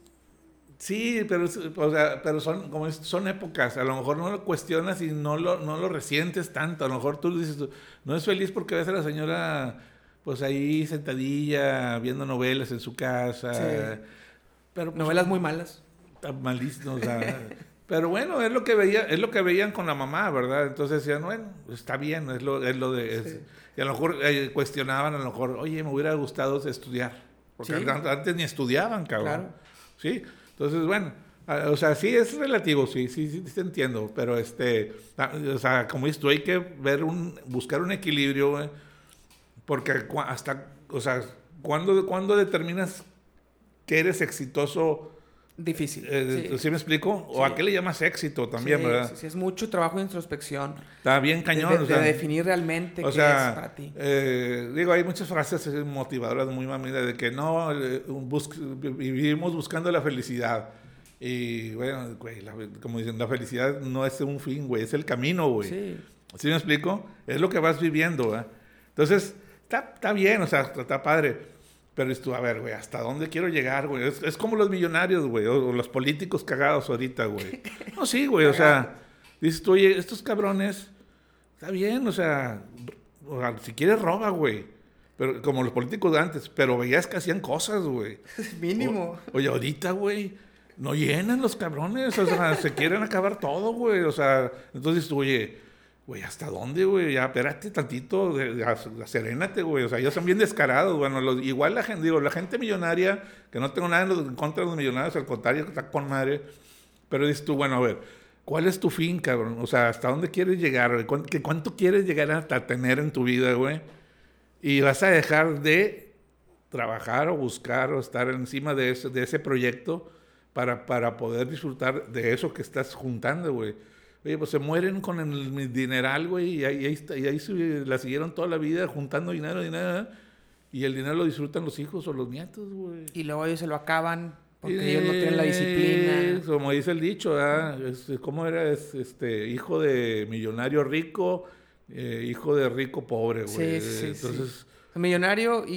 Sí, pero, o sea, pero son, como es, son épocas. A lo mejor no lo cuestionas y no lo, no lo resientes tanto. A lo mejor tú dices, no es feliz porque ves a la señora pues ahí sentadilla, viendo novelas en su casa. Sí. Pero, pues, novelas muy malas. Malísimas, o sea... Pero bueno, es lo que veía, es lo que veían con la mamá, ¿verdad? Entonces decían, bueno, está bien, es lo, es lo de... Es, sí. Y a lo mejor eh, cuestionaban, a lo mejor, oye, me hubiera gustado estudiar. Porque sí. antes ni estudiaban, cabrón. Claro. ¿Sí? Entonces, bueno, o sea, sí es relativo, sí, sí, sí, sí te entiendo. Pero, este, o sea, como dices tú, hay que ver un, buscar un equilibrio, güey. Porque hasta, o sea, ¿cuándo, ¿cuándo determinas que eres exitoso? Difícil. Eh, ¿Sí. ¿Sí me explico? ¿O sí. a qué le llamas éxito también, sí, verdad? Sí, sí, es mucho trabajo de introspección. Está bien cañón. De, de, o sea, de definir realmente o qué sea, es para ti. Eh, digo, hay muchas frases motivadoras muy mamidas de que no, eh, bus vivimos buscando la felicidad. Y bueno, güey, la, como dicen, la felicidad no es un fin, güey, es el camino, güey. Sí. ¿Sí me explico? Es lo que vas viviendo, ¿verdad? Entonces, está, está bien, o sea, está padre. Pero es tú, a ver, güey, ¿hasta dónde quiero llegar, güey? Es, es como los millonarios, güey, o, o los políticos cagados ahorita, güey. No, sí, güey, o sea, dices tú, oye, estos cabrones, está bien, o sea, o sea si quieres roba, güey. Pero como los políticos de antes, pero veías que hacían cosas, güey. Mínimo. O, oye, ahorita, güey, no llenan los cabrones, o sea, se quieren acabar todo, güey, o sea, entonces tú, oye... Güey, ¿hasta dónde, güey? Ya, espérate tantito, de, de, de, serénate, güey. O sea, ellos son bien descarados. Bueno, los, igual la gente, digo, la gente millonaria, que no tengo nada en contra de los millonarios, al contrario, que está con madre. Pero dices tú, bueno, a ver, ¿cuál es tu fin, cabrón? O sea, ¿hasta dónde quieres llegar, güey? ¿Cuánto, ¿Cuánto quieres llegar hasta tener en tu vida, güey? Y vas a dejar de trabajar o buscar o estar encima de ese, de ese proyecto para, para poder disfrutar de eso que estás juntando, güey. Oye, pues se mueren con el dineral, güey, y ahí, ahí, está, y ahí se, la siguieron toda la vida juntando dinero, dinero, y el dinero lo disfrutan los hijos o los nietos, güey. Y luego ellos se lo acaban porque eh, ellos no tienen la disciplina. Como dice el dicho, ¿verdad? Es, ¿cómo era? Es, este, hijo de millonario rico, eh, hijo de rico pobre, güey. Sí, sí, Entonces, sí. Millonario y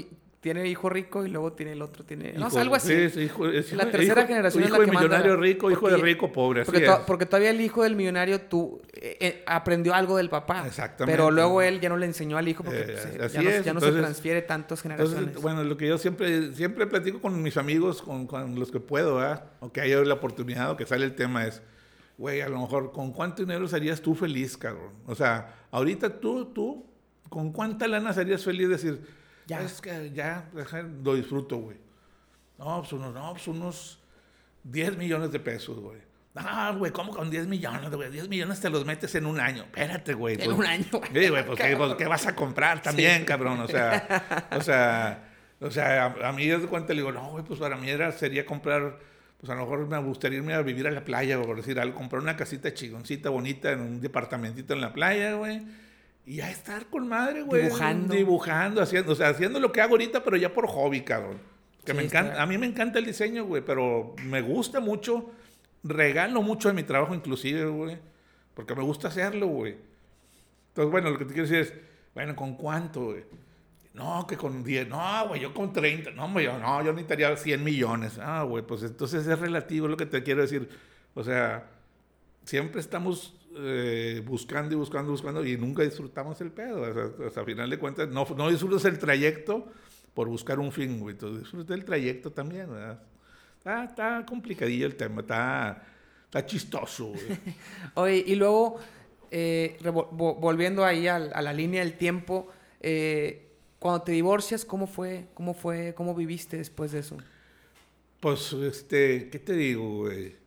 tiene hijo rico y luego tiene el otro, tiene... No, Hijo, algo así. sí, sí, hijo, es la hijo- tercera hijo- generación es hijo la de que manda. millonario rico, hijo Porque- de rico pobre, así Porque, to- es. porque todavía el hijo del millonario tú, eh, eh, aprendió algo del papá. Exactamente. Pero luego él ya no le enseñó al hijo porque Eh, pues, eh, así ya, no, es, ya no entonces- se transfiere tantas generaciones. Entonces, bueno, lo que yo siempre, siempre platico con mis amigos, con, con los que puedo, ¿verdad? O que haya la oportunidad o que sale el tema es, güey, a lo mejor, ¿con cuánto dinero serías tú feliz, cabrón? O sea, ahorita tú, tú, ¿con cuánta lana serías feliz? Decir, Ya. es que ya, deja, lo disfruto, güey. No, pues unos, no, pues unos diez millones de pesos, güey. No, güey, ¿cómo con diez millones, güey? diez millones te los metes en un año. Espérate, güey. En pues, un año, güey. Sí, güey, pues, ¿qué, pues, ¿qué vas a comprar también, Sí. cabrón? O sea, o sea, o sea, a, a mí de cuenta le digo, no, güey, pues para mí era, sería comprar, pues a lo mejor me gustaría irme a vivir a la playa, o por decir algo, comprar una casita chigoncita, bonita, en un departamentito en la playa, güey. Y ya estar con madre, güey. Dibujando. Dibujando, haciendo, o sea, haciendo lo que hago ahorita, pero ya por hobby, cabrón. Que Sí, me está- encanta, a mí me encanta el diseño, güey, pero me gusta mucho, regalo mucho de mi trabajo inclusive, güey, porque me gusta hacerlo, güey. Entonces, bueno, lo que te quiero decir es, bueno, ¿con cuánto, güey? No, que con diez, no, güey, yo con treinta, no, güey, yo, no, yo necesitaría cien millones. Ah, güey, pues entonces es relativo, es lo que te quiero decir. O sea, siempre estamos eh, buscando y buscando, buscando y nunca disfrutamos el pedo. O sea, o sea, a final de cuentas, no, no disfrutas el trayecto por buscar un fin, güey. Entonces, disfruta el trayecto también, ¿verdad? Está, está complicadillo el tema, está, está chistoso, güey. Oye, y luego, eh, revo- vo- volviendo ahí al- a, la línea del tiempo, eh, cuando te divorcias, ¿cómo fue? ¿Cómo fue? ¿Cómo viviste después de eso? Pues, este, ¿qué te digo, güey?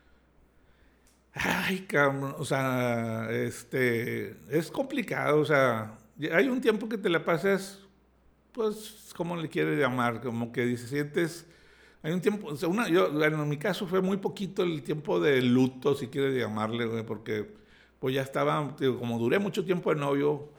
Ay, cabrón, o sea, este, es complicado, o sea, hay un tiempo que te la pasas, pues, ¿cómo le quieres llamar? Como que dices, sientes, hay un tiempo, o sea, una, yo, bueno, en mi caso fue muy poquito el tiempo de luto, si quieres llamarle, güey, porque, pues, ya estaba, digo, como duré mucho tiempo de novio,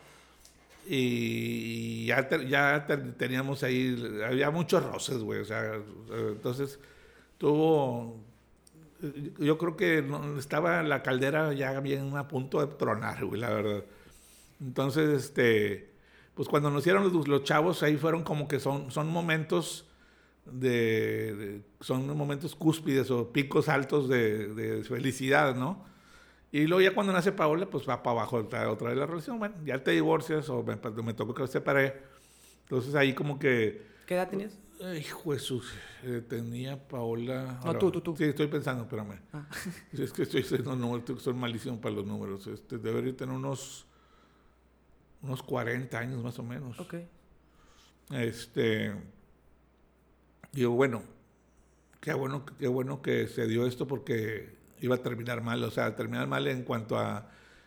y ya, te- ya te- teníamos ahí, había muchos roces, güey, o sea, entonces tuvo, yo creo que no- estaba la caldera ya bien a punto de tronar, güey, la verdad. Entonces, este, pues cuando nos hicieron los, los chavos, ahí fueron como que son, son momentos de, de- son momentos cúspides o picos altos de, de felicidad, ¿no? Y luego ya cuando nace Paola, pues va para abajo otra, otra vez la relación. Bueno, ya te divorcias o me, me tocó que me separé. Entonces ahí como que... ¿Qué edad tenías? Ay, Jesús, eh, tenía Paola... No, ahora- tú, tú, tú. Sí, estoy pensando, espérame. Ah. Es que estoy haciendo números, soy malísimo para los números. Este, debería tener unos, unos cuarenta años más o menos. Ok. Este, digo, bueno, qué bueno, qué bueno que se dio esto porque iba a terminar mal, o sea, terminar mal en cuanto a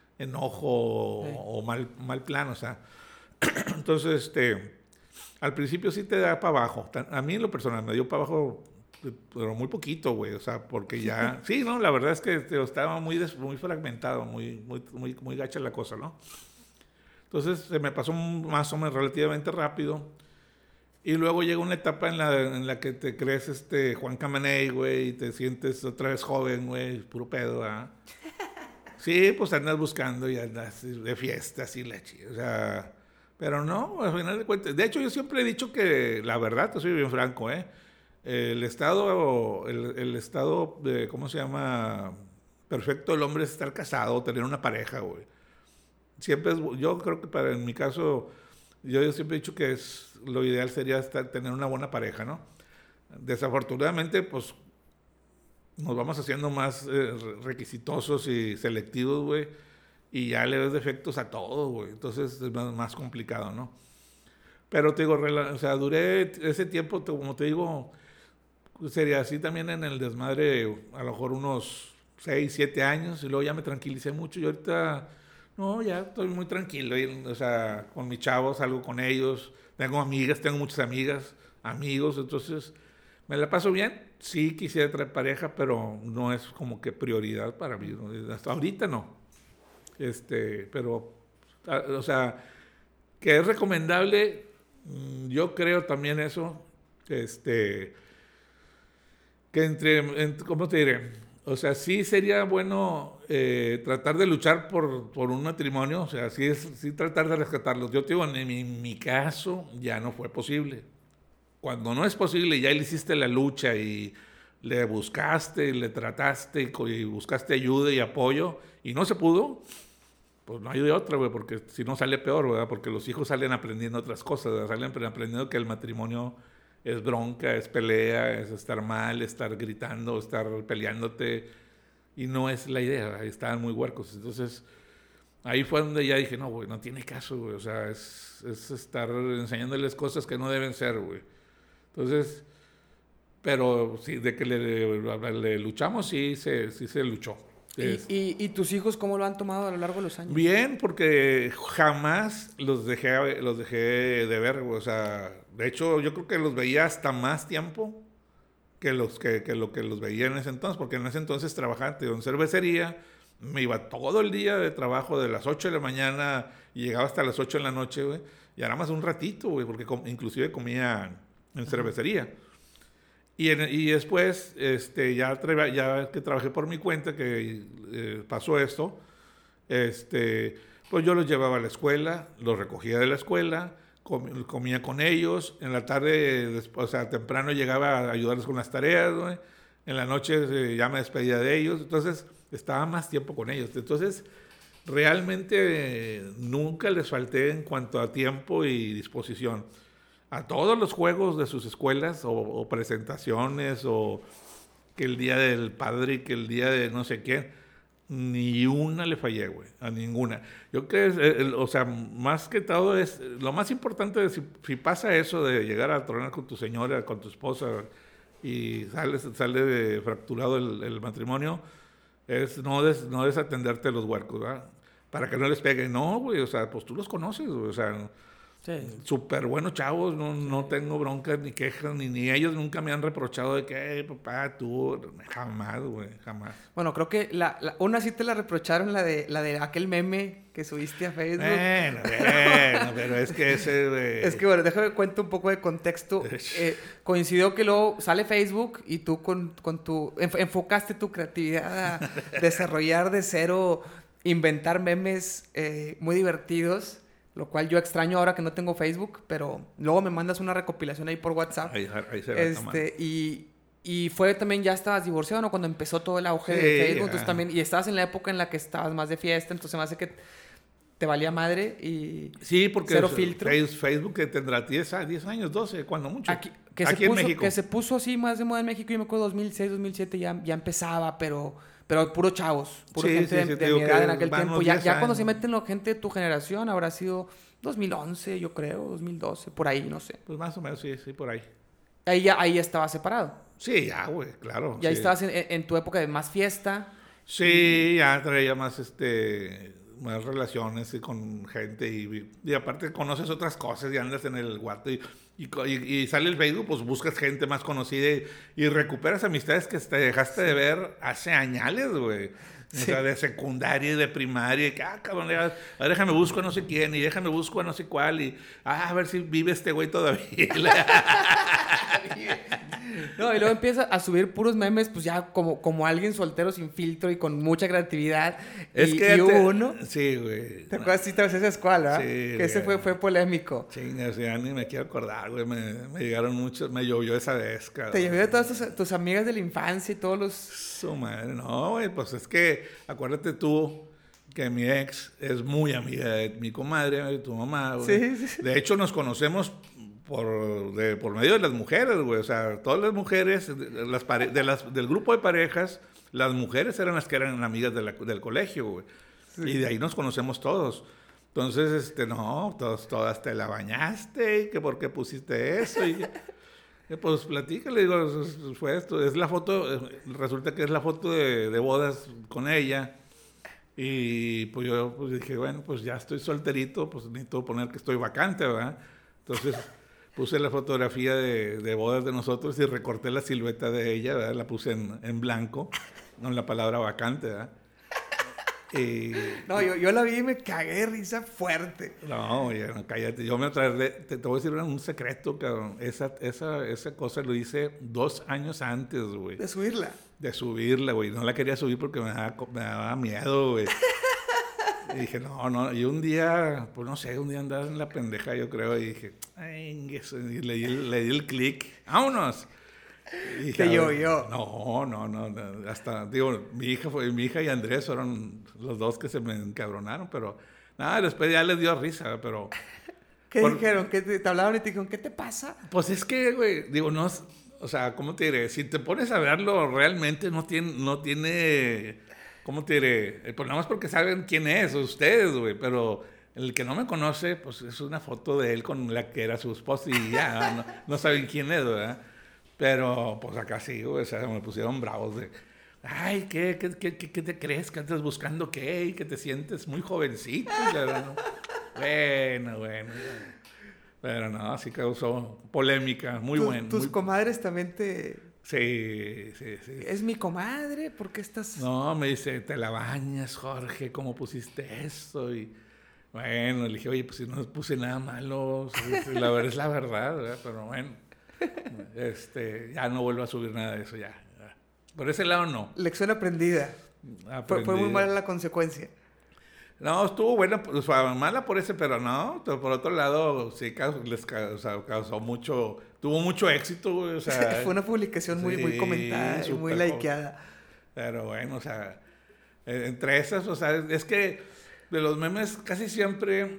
enojo Sí. o, o mal, mal plan, o sea. Entonces, este, al principio sí te da para abajo. Tan- A mí en lo personal me dio para abajo, pero muy poquito, güey, o sea, porque ya, sí, no, la verdad es que este, estaba muy, des- muy fragmentado, muy, muy, muy, muy gacha la cosa, ¿no? Entonces se me pasó más o menos relativamente rápido. Y luego llega una etapa en la, en la que te crees este Juan Camaney, güey, y te sientes otra vez joven, güey, puro pedo, ¿verdad? Sí, pues andas buscando y andas de fiestas y la chida, o sea, pero no, al final de cuentas. De hecho, yo siempre he dicho que, la verdad, te soy bien franco, ¿eh? El estado, el, el estado de, ¿cómo se llama? Perfecto del hombre es estar casado, tener una pareja, güey. Siempre es, yo creo que para, en mi caso, yo, yo siempre he dicho que es, lo ideal sería estar, tener una buena pareja, ¿no? Desafortunadamente, pues, nos vamos haciendo más eh, requisitosos y selectivos, güey, y ya le ves defectos a todo, güey. Entonces es más, más complicado, ¿no? Pero te digo, rela- o sea, duré ese tiempo, te- como te digo, sería así también en el desmadre, a lo mejor unos seis, siete años, y luego ya me tranquilicé mucho, y ahorita, no, ya estoy muy tranquilo, y, o sea, con mis chavos, salgo con ellos, tengo amigas, tengo muchas amigas, amigos, entonces, me la paso bien, sí quisiera traer pareja, pero no es como que prioridad para mí, ¿no? Hasta ahorita no, este, pero, a- o sea, que es recomendable, mm, yo creo también eso, este, que entre, en- ¿cómo te diré? O sea, sí sería bueno eh, tratar de luchar por, por un matrimonio, o sea, sí, es, sí tratar de rescatarlos. Yo te digo, en mi, en mi caso ya no fue posible. cuando no es posible, ya le hiciste la lucha y le buscaste, y le trataste y, y buscaste ayuda y apoyo y no se pudo, pues no hay de otra, güey, porque si no sale peor, ¿verdad? Porque los hijos salen aprendiendo otras cosas, ¿verdad? Salen aprendiendo que el matrimonio es bronca, es pelea, es estar mal, estar gritando, estar peleándote, y no es la idea, ¿verdad? Estaban muy huercos. Entonces, ahí fue donde ya dije, no, güey, no tiene caso, güey, o sea, es, es estar enseñándoles cosas que no deben ser, güey. Entonces, pero sí, de que le, le, le luchamos, sí se, sí se luchó. ¿Y, y, ¿Y tus hijos cómo lo han tomado a lo largo de los años? Bien, porque jamás los dejé, los dejé de ver, o sea, de hecho yo creo que los veía hasta más tiempo que, los, que, que lo que los veía en ese entonces, porque en ese entonces trabajaba en cervecería, me iba todo el día de trabajo de las ocho de la mañana y llegaba hasta las ocho de la noche, güey, y era más un ratito, güey, porque com, inclusive comía en cervecería. Y, en, y después, este, ya, ya que trabajé por mi cuenta, que eh, pasó esto, este, pues yo los llevaba a la escuela, los recogía de la escuela, com, comía con ellos, en la tarde, después, o sea, temprano llegaba a ayudarles con las tareas, ¿no? En la noche eh, ya me despedía de ellos, entonces estaba más tiempo con ellos. Entonces, realmente eh, nunca les falté en cuanto a tiempo y disposición. A todos los juegos de sus escuelas o, o presentaciones o que el día del padre, que el día de no sé qué, ni una le fallé, güey, a ninguna. Yo creo que, eh, o sea, más que todo es, lo más importante es si, si pasa eso de llegar a tronar con tu señora, con tu esposa y sale, sale de fracturado el, el matrimonio, es no, des, no desatenderte los huercos, ¿verdad? Para que no les peguen. No, güey, o sea, pues tú los conoces, güey, o sea... Sí. Súper buenos chavos, no, no tengo broncas ni quejas, ni, ni ellos nunca me han reprochado de que, hey, papá, tú, jamás, güey, jamás. Bueno, creo que la, la, una sí te la reprocharon, la de, la de aquel meme que subiste a Facebook. Bueno, bueno, pero es que ese, güey... Es que, bueno, déjame cuento un poco de contexto. Eh, coincidió que luego sale Facebook y tú con, con tu... enfocaste tu creatividad a desarrollar de cero, inventar memes eh, muy divertidos. Lo cual yo extraño ahora que no tengo Facebook, pero luego me mandas una recopilación ahí por WhatsApp. Ahí, ahí se ve, este, y, y fue también, ya estabas divorciado, ¿no? Cuando empezó todo el auge sí, de Facebook. Yeah. Entonces también, y estabas en la época en la que estabas más de fiesta, entonces me hace que te valía madre y sí, porque cero filtro. Facebook que tendrá diez años, doce, cuando mucho. Aquí, que Aquí se en puso, México. Que se puso así más de moda en México, yo me acuerdo dos mil seis, dos mil siete ya, ya empezaba, pero... Pero puro chavos, puro sí, gente sí, sí, de, de mi edad en aquel tiempo. Ya, ya cuando se meten la gente de tu generación, habrá sido dos mil once, yo creo, dos mil doce, por ahí, no sé. Pues más o menos, sí, sí, por ahí. Ahí ya, ahí ya estabas separado. Sí, ya, güey, claro. Ya sí. estabas en, en tu época de más fiesta. Sí, y... ya traía más, este, más relaciones con gente y, y aparte conoces otras cosas y andas en el guato y... Y, y, y sale el Facebook, pues buscas gente más conocida y, y recuperas amistades que te dejaste sí. de ver hace añales, güey. Sí. O sea, de secundaria y de primaria. Y que, ah, cabrón, a ver, déjame busco a no sé quién y déjame busco a no sé cuál. Y, ah, a ver si vive este güey todavía. No, y luego empieza a subir puros memes, pues ya como, como alguien soltero sin filtro y con mucha creatividad. Es y, que y hubo te... uno. Sí, güey. ¿Te acuerdas? Sí, te ves esa escuela, sí, que güey. ese fue, fue polémico. Chingas, ya ni me quiero acordar, güey. Me, me llegaron muchos, me llovió esa vez, cabrón. Te llovió de todas tus, tus amigas de la infancia y todos los... Su madre, no, güey, pues es que, acuérdate tú que mi ex es muy amiga de mi comadre, de tu mamá, güey. Sí, sí. De hecho, nos conocemos por, de, por medio de las mujeres, güey. O sea, todas las mujeres, de las pare, de las, del grupo de parejas, las mujeres eran las que eran amigas de la, del colegio, güey. Sí. Y de ahí nos conocemos todos. Entonces, este, no, todos, todas te la bañaste, y que por qué pusiste eso, y que, pues platícale, digo, fue esto, es la foto, resulta que es la foto de, de bodas con ella, y pues yo pues dije, bueno, pues ya estoy solterito, pues necesito poner que estoy vacante, ¿verdad? Entonces puse la fotografía de, de bodas de nosotros y recorté la silueta de ella, ¿verdad? La puse en, en blanco, con la palabra vacante, ¿verdad? Y, no, yo, yo la vi y me cagué de risa fuerte. No, oye, no, cállate. Yo me traeré, te, te voy a decir un secreto, cabrón. Esa, esa, esa cosa lo hice dos años antes, güey. ¿De subirla? De subirla, güey. No la quería subir porque me daba, me daba miedo, güey. Y dije, no, no. Y un día, pues no sé, un día andaba en la pendeja, yo creo, y dije, ay, y le di, le di el clic. ¡Vámonos! Y dije, Te llovió. No, no, no, no. Hasta, digo, mi hija, fue, mi hija y Andrés fueron los dos que se me encabronaron, pero nada, después ya les dio risa, pero... ¿Qué por, dijeron? ¿Qué te, te hablaron y te dijeron, ¿qué te pasa? Pues es que, güey, digo, no... O sea, ¿cómo te diré? Si te pones a verlo, realmente no tiene, no tiene, ¿cómo te diré? El problema es porque saben quién es, ustedes, güey, pero el que no me conoce, pues es una foto de él con la que era su esposa y ya, no, no saben quién es, ¿verdad? Pero, pues acá sí, güey, o sea, me pusieron bravos de, ay, ¿qué, qué, qué, qué te crees? ¿Que andas buscando qué? ¿Y que te sientes muy jovencito? Pero, no. Bueno, bueno, pero no, sí causó polémica, muy ¿Tus, bueno. ¿Tus muy... comadres también te...? Sí, sí, sí. ¿Es mi comadre? ¿Por qué estás...? No, me dice, te la bañas, Jorge, ¿cómo pusiste esto? Y bueno, le dije, oye, pues si no puse nada malo, la verdad es la verdad, ¿verdad? Pero bueno, este, ya no vuelvo a subir nada de eso, ya. ya. Por ese lado no. Lección aprendida. Fue, fue muy mala la consecuencia. No, estuvo buena, o sea, mala por ese, pero no, por otro lado, sí les causó, o sea, causó mucho, tuvo mucho éxito, güey, o sea. Fue una publicación muy, sí, muy comentada y muy likeada. Pero bueno, o sea, entre esas, o sea, es que de los memes casi siempre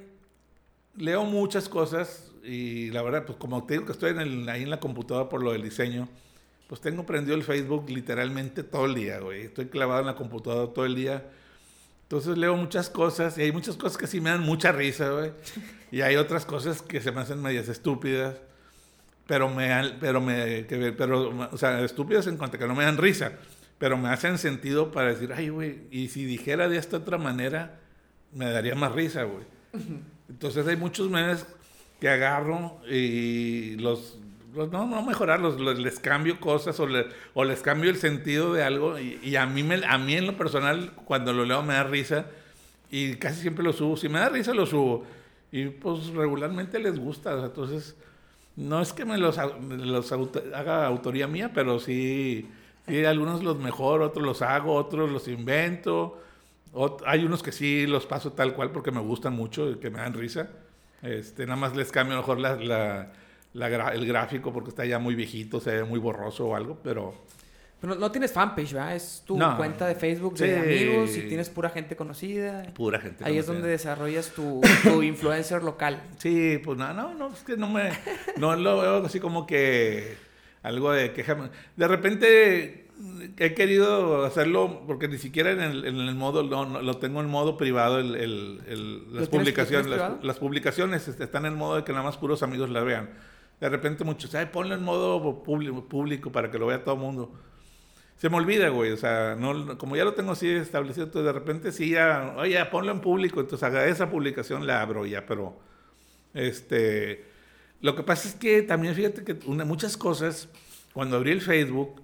leo muchas cosas y la verdad, pues como te digo que estoy en el, ahí en la computadora por lo del diseño, pues tengo prendido el Facebook literalmente todo el día, güey, estoy clavado en la computadora todo el día. Entonces leo muchas cosas y hay muchas cosas que sí me dan mucha risa, güey. Y hay otras cosas que se me hacen medias estúpidas, pero me dan, pero me, que, pero, o sea, estúpidas en cuanto a que no me dan risa, pero me hacen sentido para decir, ay, güey, y si dijera de esta otra manera, me daría más risa, güey. Entonces hay muchos memes que agarro y los... No, no mejorarlos, les cambio cosas o, le, o les cambio el sentido de algo y, y a, mí me, a mí en lo personal cuando lo leo me da risa y casi siempre lo subo. Si me da risa lo subo y pues regularmente les gusta. O sea, entonces no es que me los, los auto, haga autoría mía, pero sí, sí algunos los mejoro, otros los hago, otros los invento. Ot, hay unos que sí los paso tal cual porque me gustan mucho y que me dan risa. Este, nada más les cambio a lo mejor la... la La gra- el gráfico porque está ya muy viejito, se ve muy borroso o algo, pero... Pero no tienes fanpage, ¿verdad? Es tu no. cuenta de Facebook de sí. amigos y tienes pura gente conocida. Pura gente Ahí conocida. es donde desarrollas tu, tu influencer local. Sí, pues no, no, no, es que no me... No lo veo así como que... Algo de queja... De repente he querido hacerlo porque ni siquiera en el, en el modo... No, no, lo tengo en modo privado, el, el, el, las, publicaciones, las, las publicaciones están en modo de que nada más puros amigos la vean. De repente muchos, ay, ponlo en modo público, público para que lo vea todo el mundo. Se me olvida, güey, o sea, no, como ya lo tengo así establecido, entonces de repente sí ya, oye, ponlo en público, entonces haga esa publicación, la abro ya, pero, este, lo que pasa es que también fíjate que una, muchas cosas, cuando abrí el Facebook,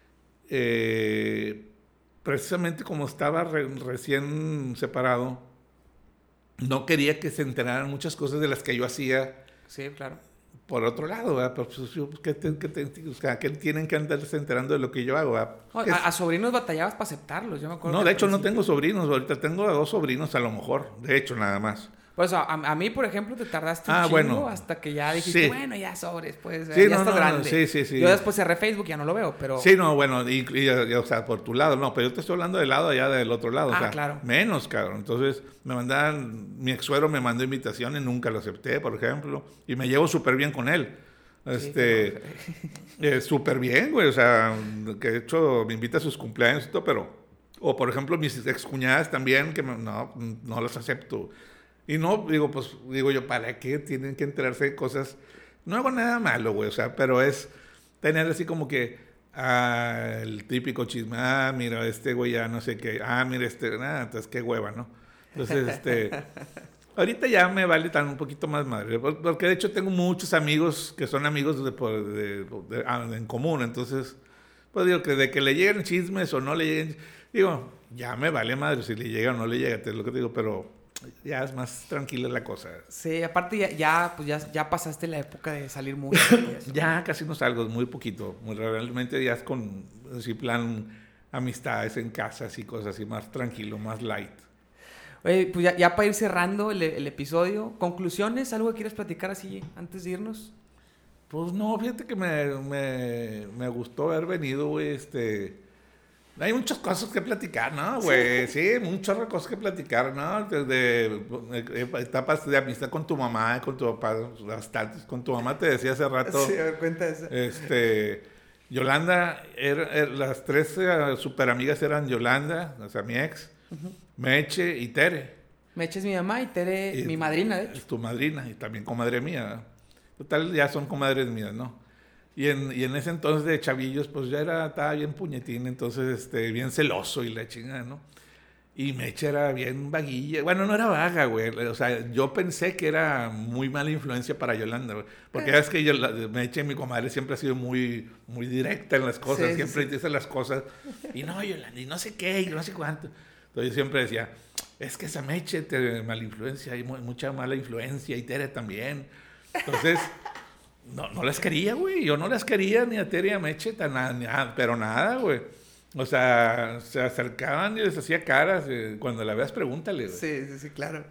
eh, precisamente como estaba re, recién separado, no quería que se enteraran muchas cosas de las que yo hacía. Sí, claro. Por otro lado, ¿verdad? Pues, ¿qué, te, qué, te, o sea, ¿qué tienen que andarse enterando de lo que yo hago? No, a, a sobrinos batallabas para aceptarlos, yo me acuerdo. No, de hecho no tengo sobrinos, ahorita tengo a dos sobrinos a lo mejor, de hecho nada más. Pues a, a mí, por ejemplo, te tardaste ah, un chingo bueno. hasta que ya dijiste, sí. bueno, ya sobres, pues, sí, ya no, estás no, grande. Sí, sí, sí. Yo después cerré Facebook y ya no lo veo, pero... Sí, no, bueno, y, y, y, o sea, por tu lado, no, pero yo te estoy hablando del lado allá del otro lado, ah, o sea, claro. menos, cabrón. Entonces, me mandaban, mi ex suegro me mandó invitaciones, nunca lo acepté, por ejemplo, y me llevo súper bien con él. Este, sí, eh, súper bien, güey, o sea, que de hecho me invita a sus cumpleaños y todo, pero, o por ejemplo mis excuñadas también, que me, no, no las acepto. Y no, digo, pues, digo yo, ¿para qué tienen que enterarse de cosas? No hago nada malo, güey, o sea, pero es tener así como que, ah, el típico chisme, ah, mira, este güey ya no sé qué, ah, mira, este, nada, ah, entonces qué hueva, ¿no? Entonces, este... Ahorita ya me vale tan un poquito más madre, porque de hecho tengo muchos amigos que son amigos de, de, de, de, en común, entonces, pues digo que de que le lleguen chismes o no le lleguen, digo, ya me vale madre si le llega o no le llega, es lo que te digo, pero ya es más tranquila la cosa. Sí, aparte ya, ya, pues ya, ya pasaste la época de salir mucho. Ya casi no salgo, muy poquito, muy realmente ya es con, así plan, amistades en casa, así cosas así, más tranquilo, más light. Oye, pues ya, ya para ir cerrando el, el episodio, ¿conclusiones? ¿Algo que quieras platicar así antes de irnos? Pues no, fíjate que me, me, me gustó haber venido, güey, este... Hay muchas cosas que platicar, ¿no, güey? Sí, sí muchas cosas que platicar, ¿no? Desde etapas de amistad con tu mamá, con tu papá, bastantes. Con tu mamá te decía hace rato... Sí, a ver, cuenta eso. Este... Yolanda, era, era, las tres uh, super amigas eran Yolanda, o sea, mi ex, uh-huh. Meche y Tere. Meche es mi mamá y Tere y mi madrina, de hecho. Es tu madrina y también comadre mía, ¿no? Total, ya son comadres mías, ¿no? Y en, y en ese entonces de chavillos, pues ya era, estaba bien puñetín, entonces, este, bien celoso y la chingada, ¿no? Y Meche era bien vaguilla. Bueno, no era vaga, güey. O sea, yo pensé que era muy mala influencia para Yolanda, güey. Porque es que yo, Meche, mi comadre, siempre ha sido muy, muy directa en las cosas. Sí, siempre sí. dice las cosas. Y no, Yolanda, y no sé qué, y no sé cuánto. Entonces yo siempre decía, es que esa Meche te mala influencia, hay mucha mala influencia, y Tere también. Entonces... No, no las quería, güey. Yo no las quería ni a Tere ni a Meche, tan, nada, pero nada, güey. O sea, se acercaban y les hacía caras. Eh, cuando la veas, pregúntale, güey. Sí, sí, sí, claro.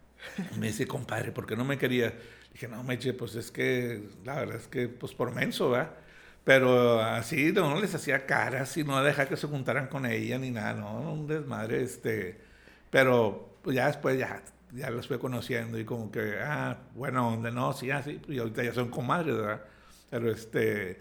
Me dice, compadre, ¿por qué no me quería? Dije, no, Meche, pues es que, la verdad es que, pues por menso, ¿verdad? Pero así, no, no les hacía caras y no dejaba que se juntaran con ella ni nada, no, un desmadre, este. Pero, pues ya después, ya... ya los fui conociendo y como que, ah, bueno, donde no, sí, así, ah, y ahorita ya son comadres, ¿verdad? Pero este,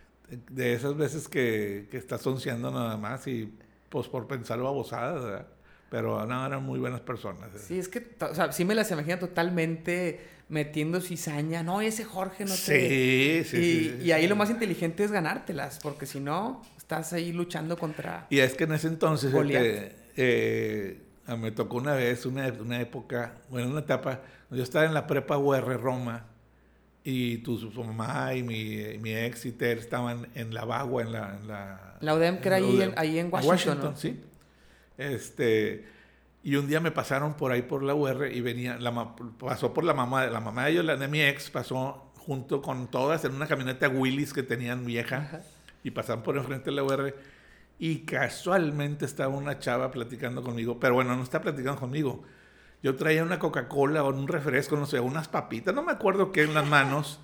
de esas veces que, que estás onceando nada más y pues por pensar babosadas, ¿verdad? Pero no, eran muy buenas personas. ¿eh? Sí, es que, o sea, sí me las imagino totalmente metiendo cizaña, no, ese Jorge no te... Sí, sí, y, sí, sí. Y ahí sí. lo más inteligente es ganártelas, porque si no, estás ahí luchando contra... Y es que en ese entonces, este, eh, me tocó una vez, una, una época, bueno, una etapa, yo estaba en la prepa U R Roma y tu su mamá y mi, mi ex y Ter estaban en la Bagua, en la... En la, la U D E M, que era ahí en, ahí en Washington, Washington, ¿no? Sí. Este, y un día me pasaron por ahí por la U R y venía, la, pasó por la mamá, la mamá de, ellos, la de mi ex, pasó junto con todas en una camioneta Willys que tenían vieja. Ajá. Y pasaron por enfrente de la U R. Y casualmente estaba una chava platicando conmigo, pero bueno, no está platicando conmigo. Yo traía una Coca-Cola o un refresco, no sé, unas papitas, no me acuerdo qué en las manos.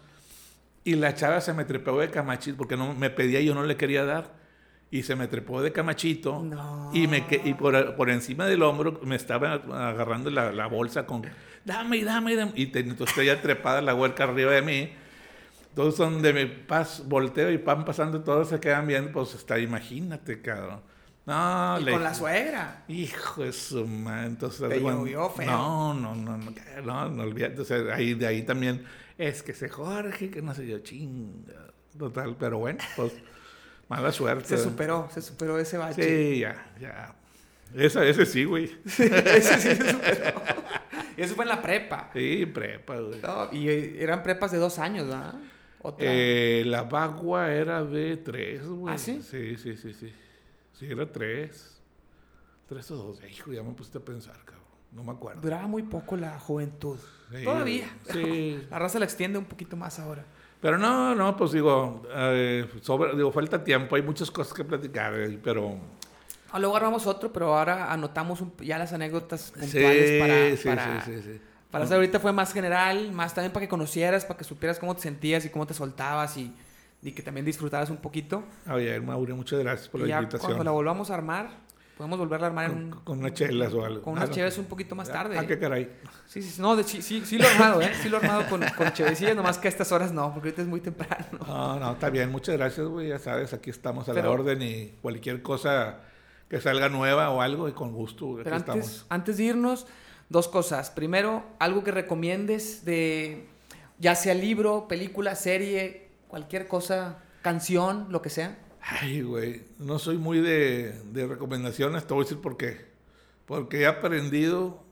Y la chava se me trepó de camachito, porque no me pedía y yo no le quería dar. Y se me trepó de camachito. No. Y, me, y por, por encima del hombro me estaba agarrando la, la bolsa con, dame, dame, dame. Y te, entonces ella trepada la huerca arriba de mí. Entonces, donde me pas, volteo y van pasando, todos se quedan viendo, pues está, imagínate, cabrón. No, y le, con la suegra. Hijo de su madre. Entonces, te llovió feo. No, no, no, no, no, no olvides. Entonces, ahí, de ahí también, es que ese Jorge, que no sé yo, chinga. Total, pero bueno, pues, mala suerte. Se superó, se superó ese bache. Sí, ya, ya. Esa, ese sí, güey. Sí, ese sí se superó. Y eso fue en la prepa. Sí, prepa, güey. No, y eran prepas de dos años, ¿verdad? ¿Otra? Eh, la Bagua era de tres, güey. ¿Ah, sí? Sí, sí, sí, sí. Sí, era tres. Tres o dos. Hijo, ya me puse a pensar, cabrón. No me acuerdo. Duraba muy poco la juventud. Sí, todavía. Sí. La raza la extiende un poquito más ahora. Pero no, no, pues digo, eh, sobre, digo, falta tiempo. Hay muchas cosas que platicar, eh, pero... Ah, luego armamos otro, pero ahora anotamos un, ya las anécdotas puntuales sí, para... Sí, para... sí, sí, sí. Para hacer ahorita fue más general, más también para que conocieras, para que supieras cómo te sentías y cómo te soltabas y, y que también disfrutaras un poquito. Oye, Mauro, muchas gracias por y la ya invitación. Cuando la volvamos a armar, podemos volverla a armar con, en un... Con unas chelas o algo. Con unas ah, cheves un poquito más tarde. Ah, qué caray. Sí, sí, no, de, sí, sí, sí lo he armado, ¿eh? Sí lo he armado con, con chevecillas, nomás que a estas horas no, porque ahorita es muy temprano. No, no, está bien, muchas gracias, güey, ya sabes, aquí estamos a Pero, la orden y cualquier cosa que salga nueva o algo, y con gusto, Pero aquí antes, estamos. Antes de irnos... Dos cosas. Primero, algo que recomiendes de, ya sea libro, película, serie, cualquier cosa, canción, lo que sea. Ay, güey, no soy muy de, de recomendaciones, te voy a decir por qué. Porque he aprendido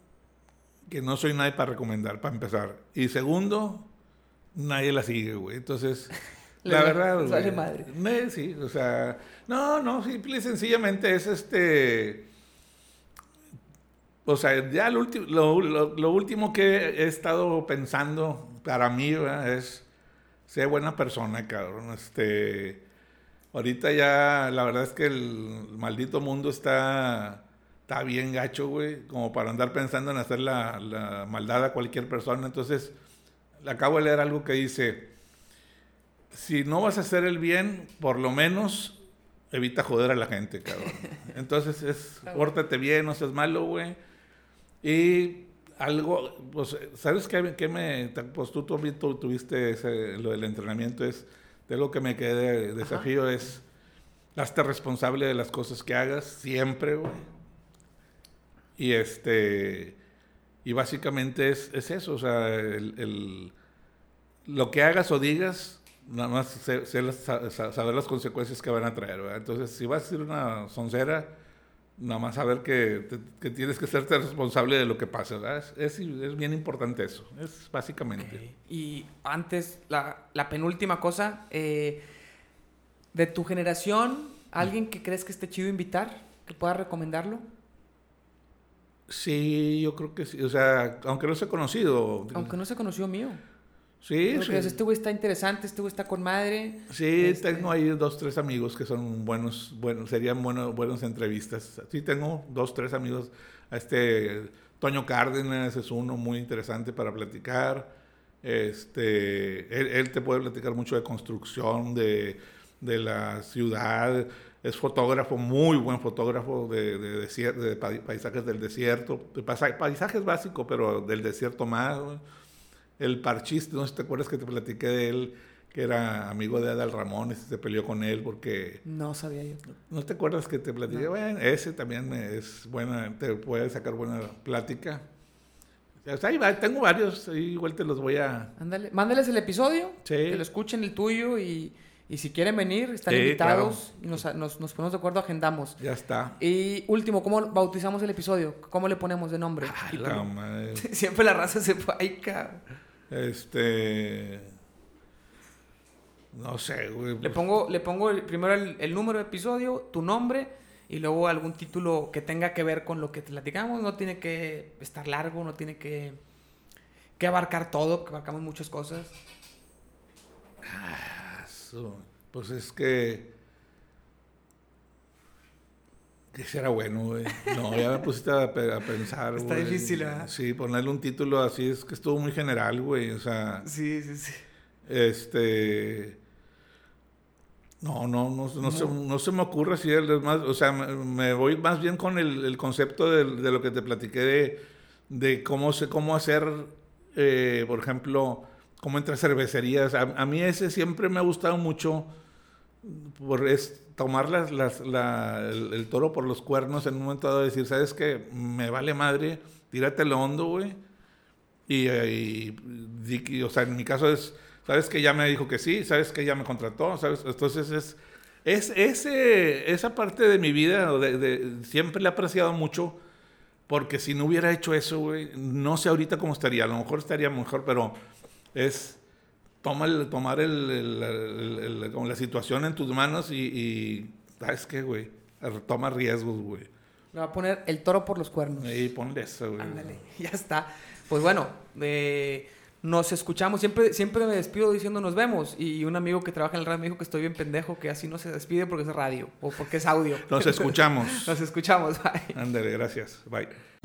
que no soy nadie para recomendar, para empezar. Y segundo, nadie la sigue, güey. Entonces, la verdad, güey. Vale madre. Eh, sí, o sea, no, no, simple y sencillamente es este... O sea, ya lo, ulti- lo, lo, lo último que he estado pensando para mí, ¿verdad? Es ser buena persona, cabrón. Este, ahorita ya la verdad es que el maldito mundo está está bien gacho, güey, como para andar pensando en hacer la, la maldad a cualquier persona. Entonces, le acabo de leer algo que dice, si no vas a hacer el bien, por lo menos evita joder a la gente, cabrón. Entonces, es, pórtate bien, no seas malo, güey. Y algo, pues, ¿sabes qué, qué me, pues tú, tú, tú tuviste ese, lo del entrenamiento, es, de lo que me quedé de desafío. Ajá. Es, hazte responsable de las cosas que hagas, siempre, güey. Y este, y básicamente es, es eso, o sea, el, el, lo que hagas o digas, nada más sé, sé las, saber las consecuencias que van a traer, ¿verdad? Entonces, si vas a ser una soncera, nada más saber que, te, que tienes que serte responsable de lo que pasa, ¿verdad? Es, es, es bien importante eso, es básicamente. Okay. Y antes, la, la penúltima cosa, eh, de tu generación, ¿alguien que crees que esté chido invitar? ¿Que pueda recomendarlo? Sí, yo creo que sí. O sea, aunque no se ha conocido. Aunque no se conoció mío. Sí, Porque sí. Este güey está interesante, este güey está con madre. Sí, este... tengo ahí dos, tres amigos que son buenos, buenos serían buenos, buenas entrevistas. Sí, tengo dos, tres amigos. A este Toño Cárdenas es uno muy interesante para platicar. Este, él, él te puede platicar mucho de construcción, de, de la ciudad. Es fotógrafo, muy buen fotógrafo de, de, de, de paisajes del desierto, de paisajes básicos, pero del desierto más. ¿No? El Parchís, no sé si te acuerdas que te platiqué de él, que era amigo de Adal Ramones, se peleó con él porque... No sabía yo. ¿No te acuerdas que te platiqué? No. Bueno, ese también es buena, te puede sacar buena plática. O sea, ahí va, tengo varios, igual te los voy a... Ándale, mándales el episodio, sí. Que lo escuchen el tuyo y... Y si quieren venir, están sí, invitados. Claro. Y nos, nos, nos ponemos de acuerdo, agendamos. Ya está. Y último, ¿cómo bautizamos el episodio? ¿Cómo le ponemos de nombre? Ay, la madre. Siempre la raza se fue ahí, cabrón. Este... No sé, güey. Pues... Le pongo, le pongo el, primero el, el número de episodio, tu nombre, y luego algún título que tenga que ver con lo que platicamos. No tiene que estar largo, no tiene que, que abarcar todo, porque abarcamos muchas cosas. Ah. Pues es que que será bueno, güey. No, ya me pusiste a, a pensar, Está güey. difícil, ¿verdad? Sí, ponerle un título así es que estuvo muy general, güey. O sea... Sí, sí, sí. Este... No, no, no, no, no. Se, no se me ocurre así. El, más, o sea, me, me voy más bien con el, el concepto de, de lo que te platiqué de, de cómo, se, cómo hacer, eh, por ejemplo... Como entre cervecerías. A, a mí ese siempre me ha gustado mucho por es tomar las, las, la, el, el toro por los cuernos en un momento dado, decir, ¿sabes qué? Me vale madre, tíratelo hondo, güey. Y, y, y, o sea, en mi caso es, ¿sabes que ya me dijo que sí? ¿Sabes que ya me contrató? ¿Sabes? Entonces es, es ese, esa parte de mi vida, de, de, siempre la he apreciado mucho, porque si no hubiera hecho eso, güey, no sé ahorita cómo estaría. A lo mejor estaría mejor, pero... es toma el, tomar el, el, el, el, el, como la situación en tus manos y, y ¿sabes qué, güey? Toma riesgos, güey. Le va a poner el toro por los cuernos. Y ponle eso, güey. Ándale, ya está. Pues bueno, eh, nos escuchamos. Siempre, siempre me despido diciendo nos vemos. Y un amigo que trabaja en el radio me dijo que estoy bien pendejo, que así no se despide porque es radio o porque es audio. Nos escuchamos. Nos escuchamos, bye. Ándale, gracias. Bye.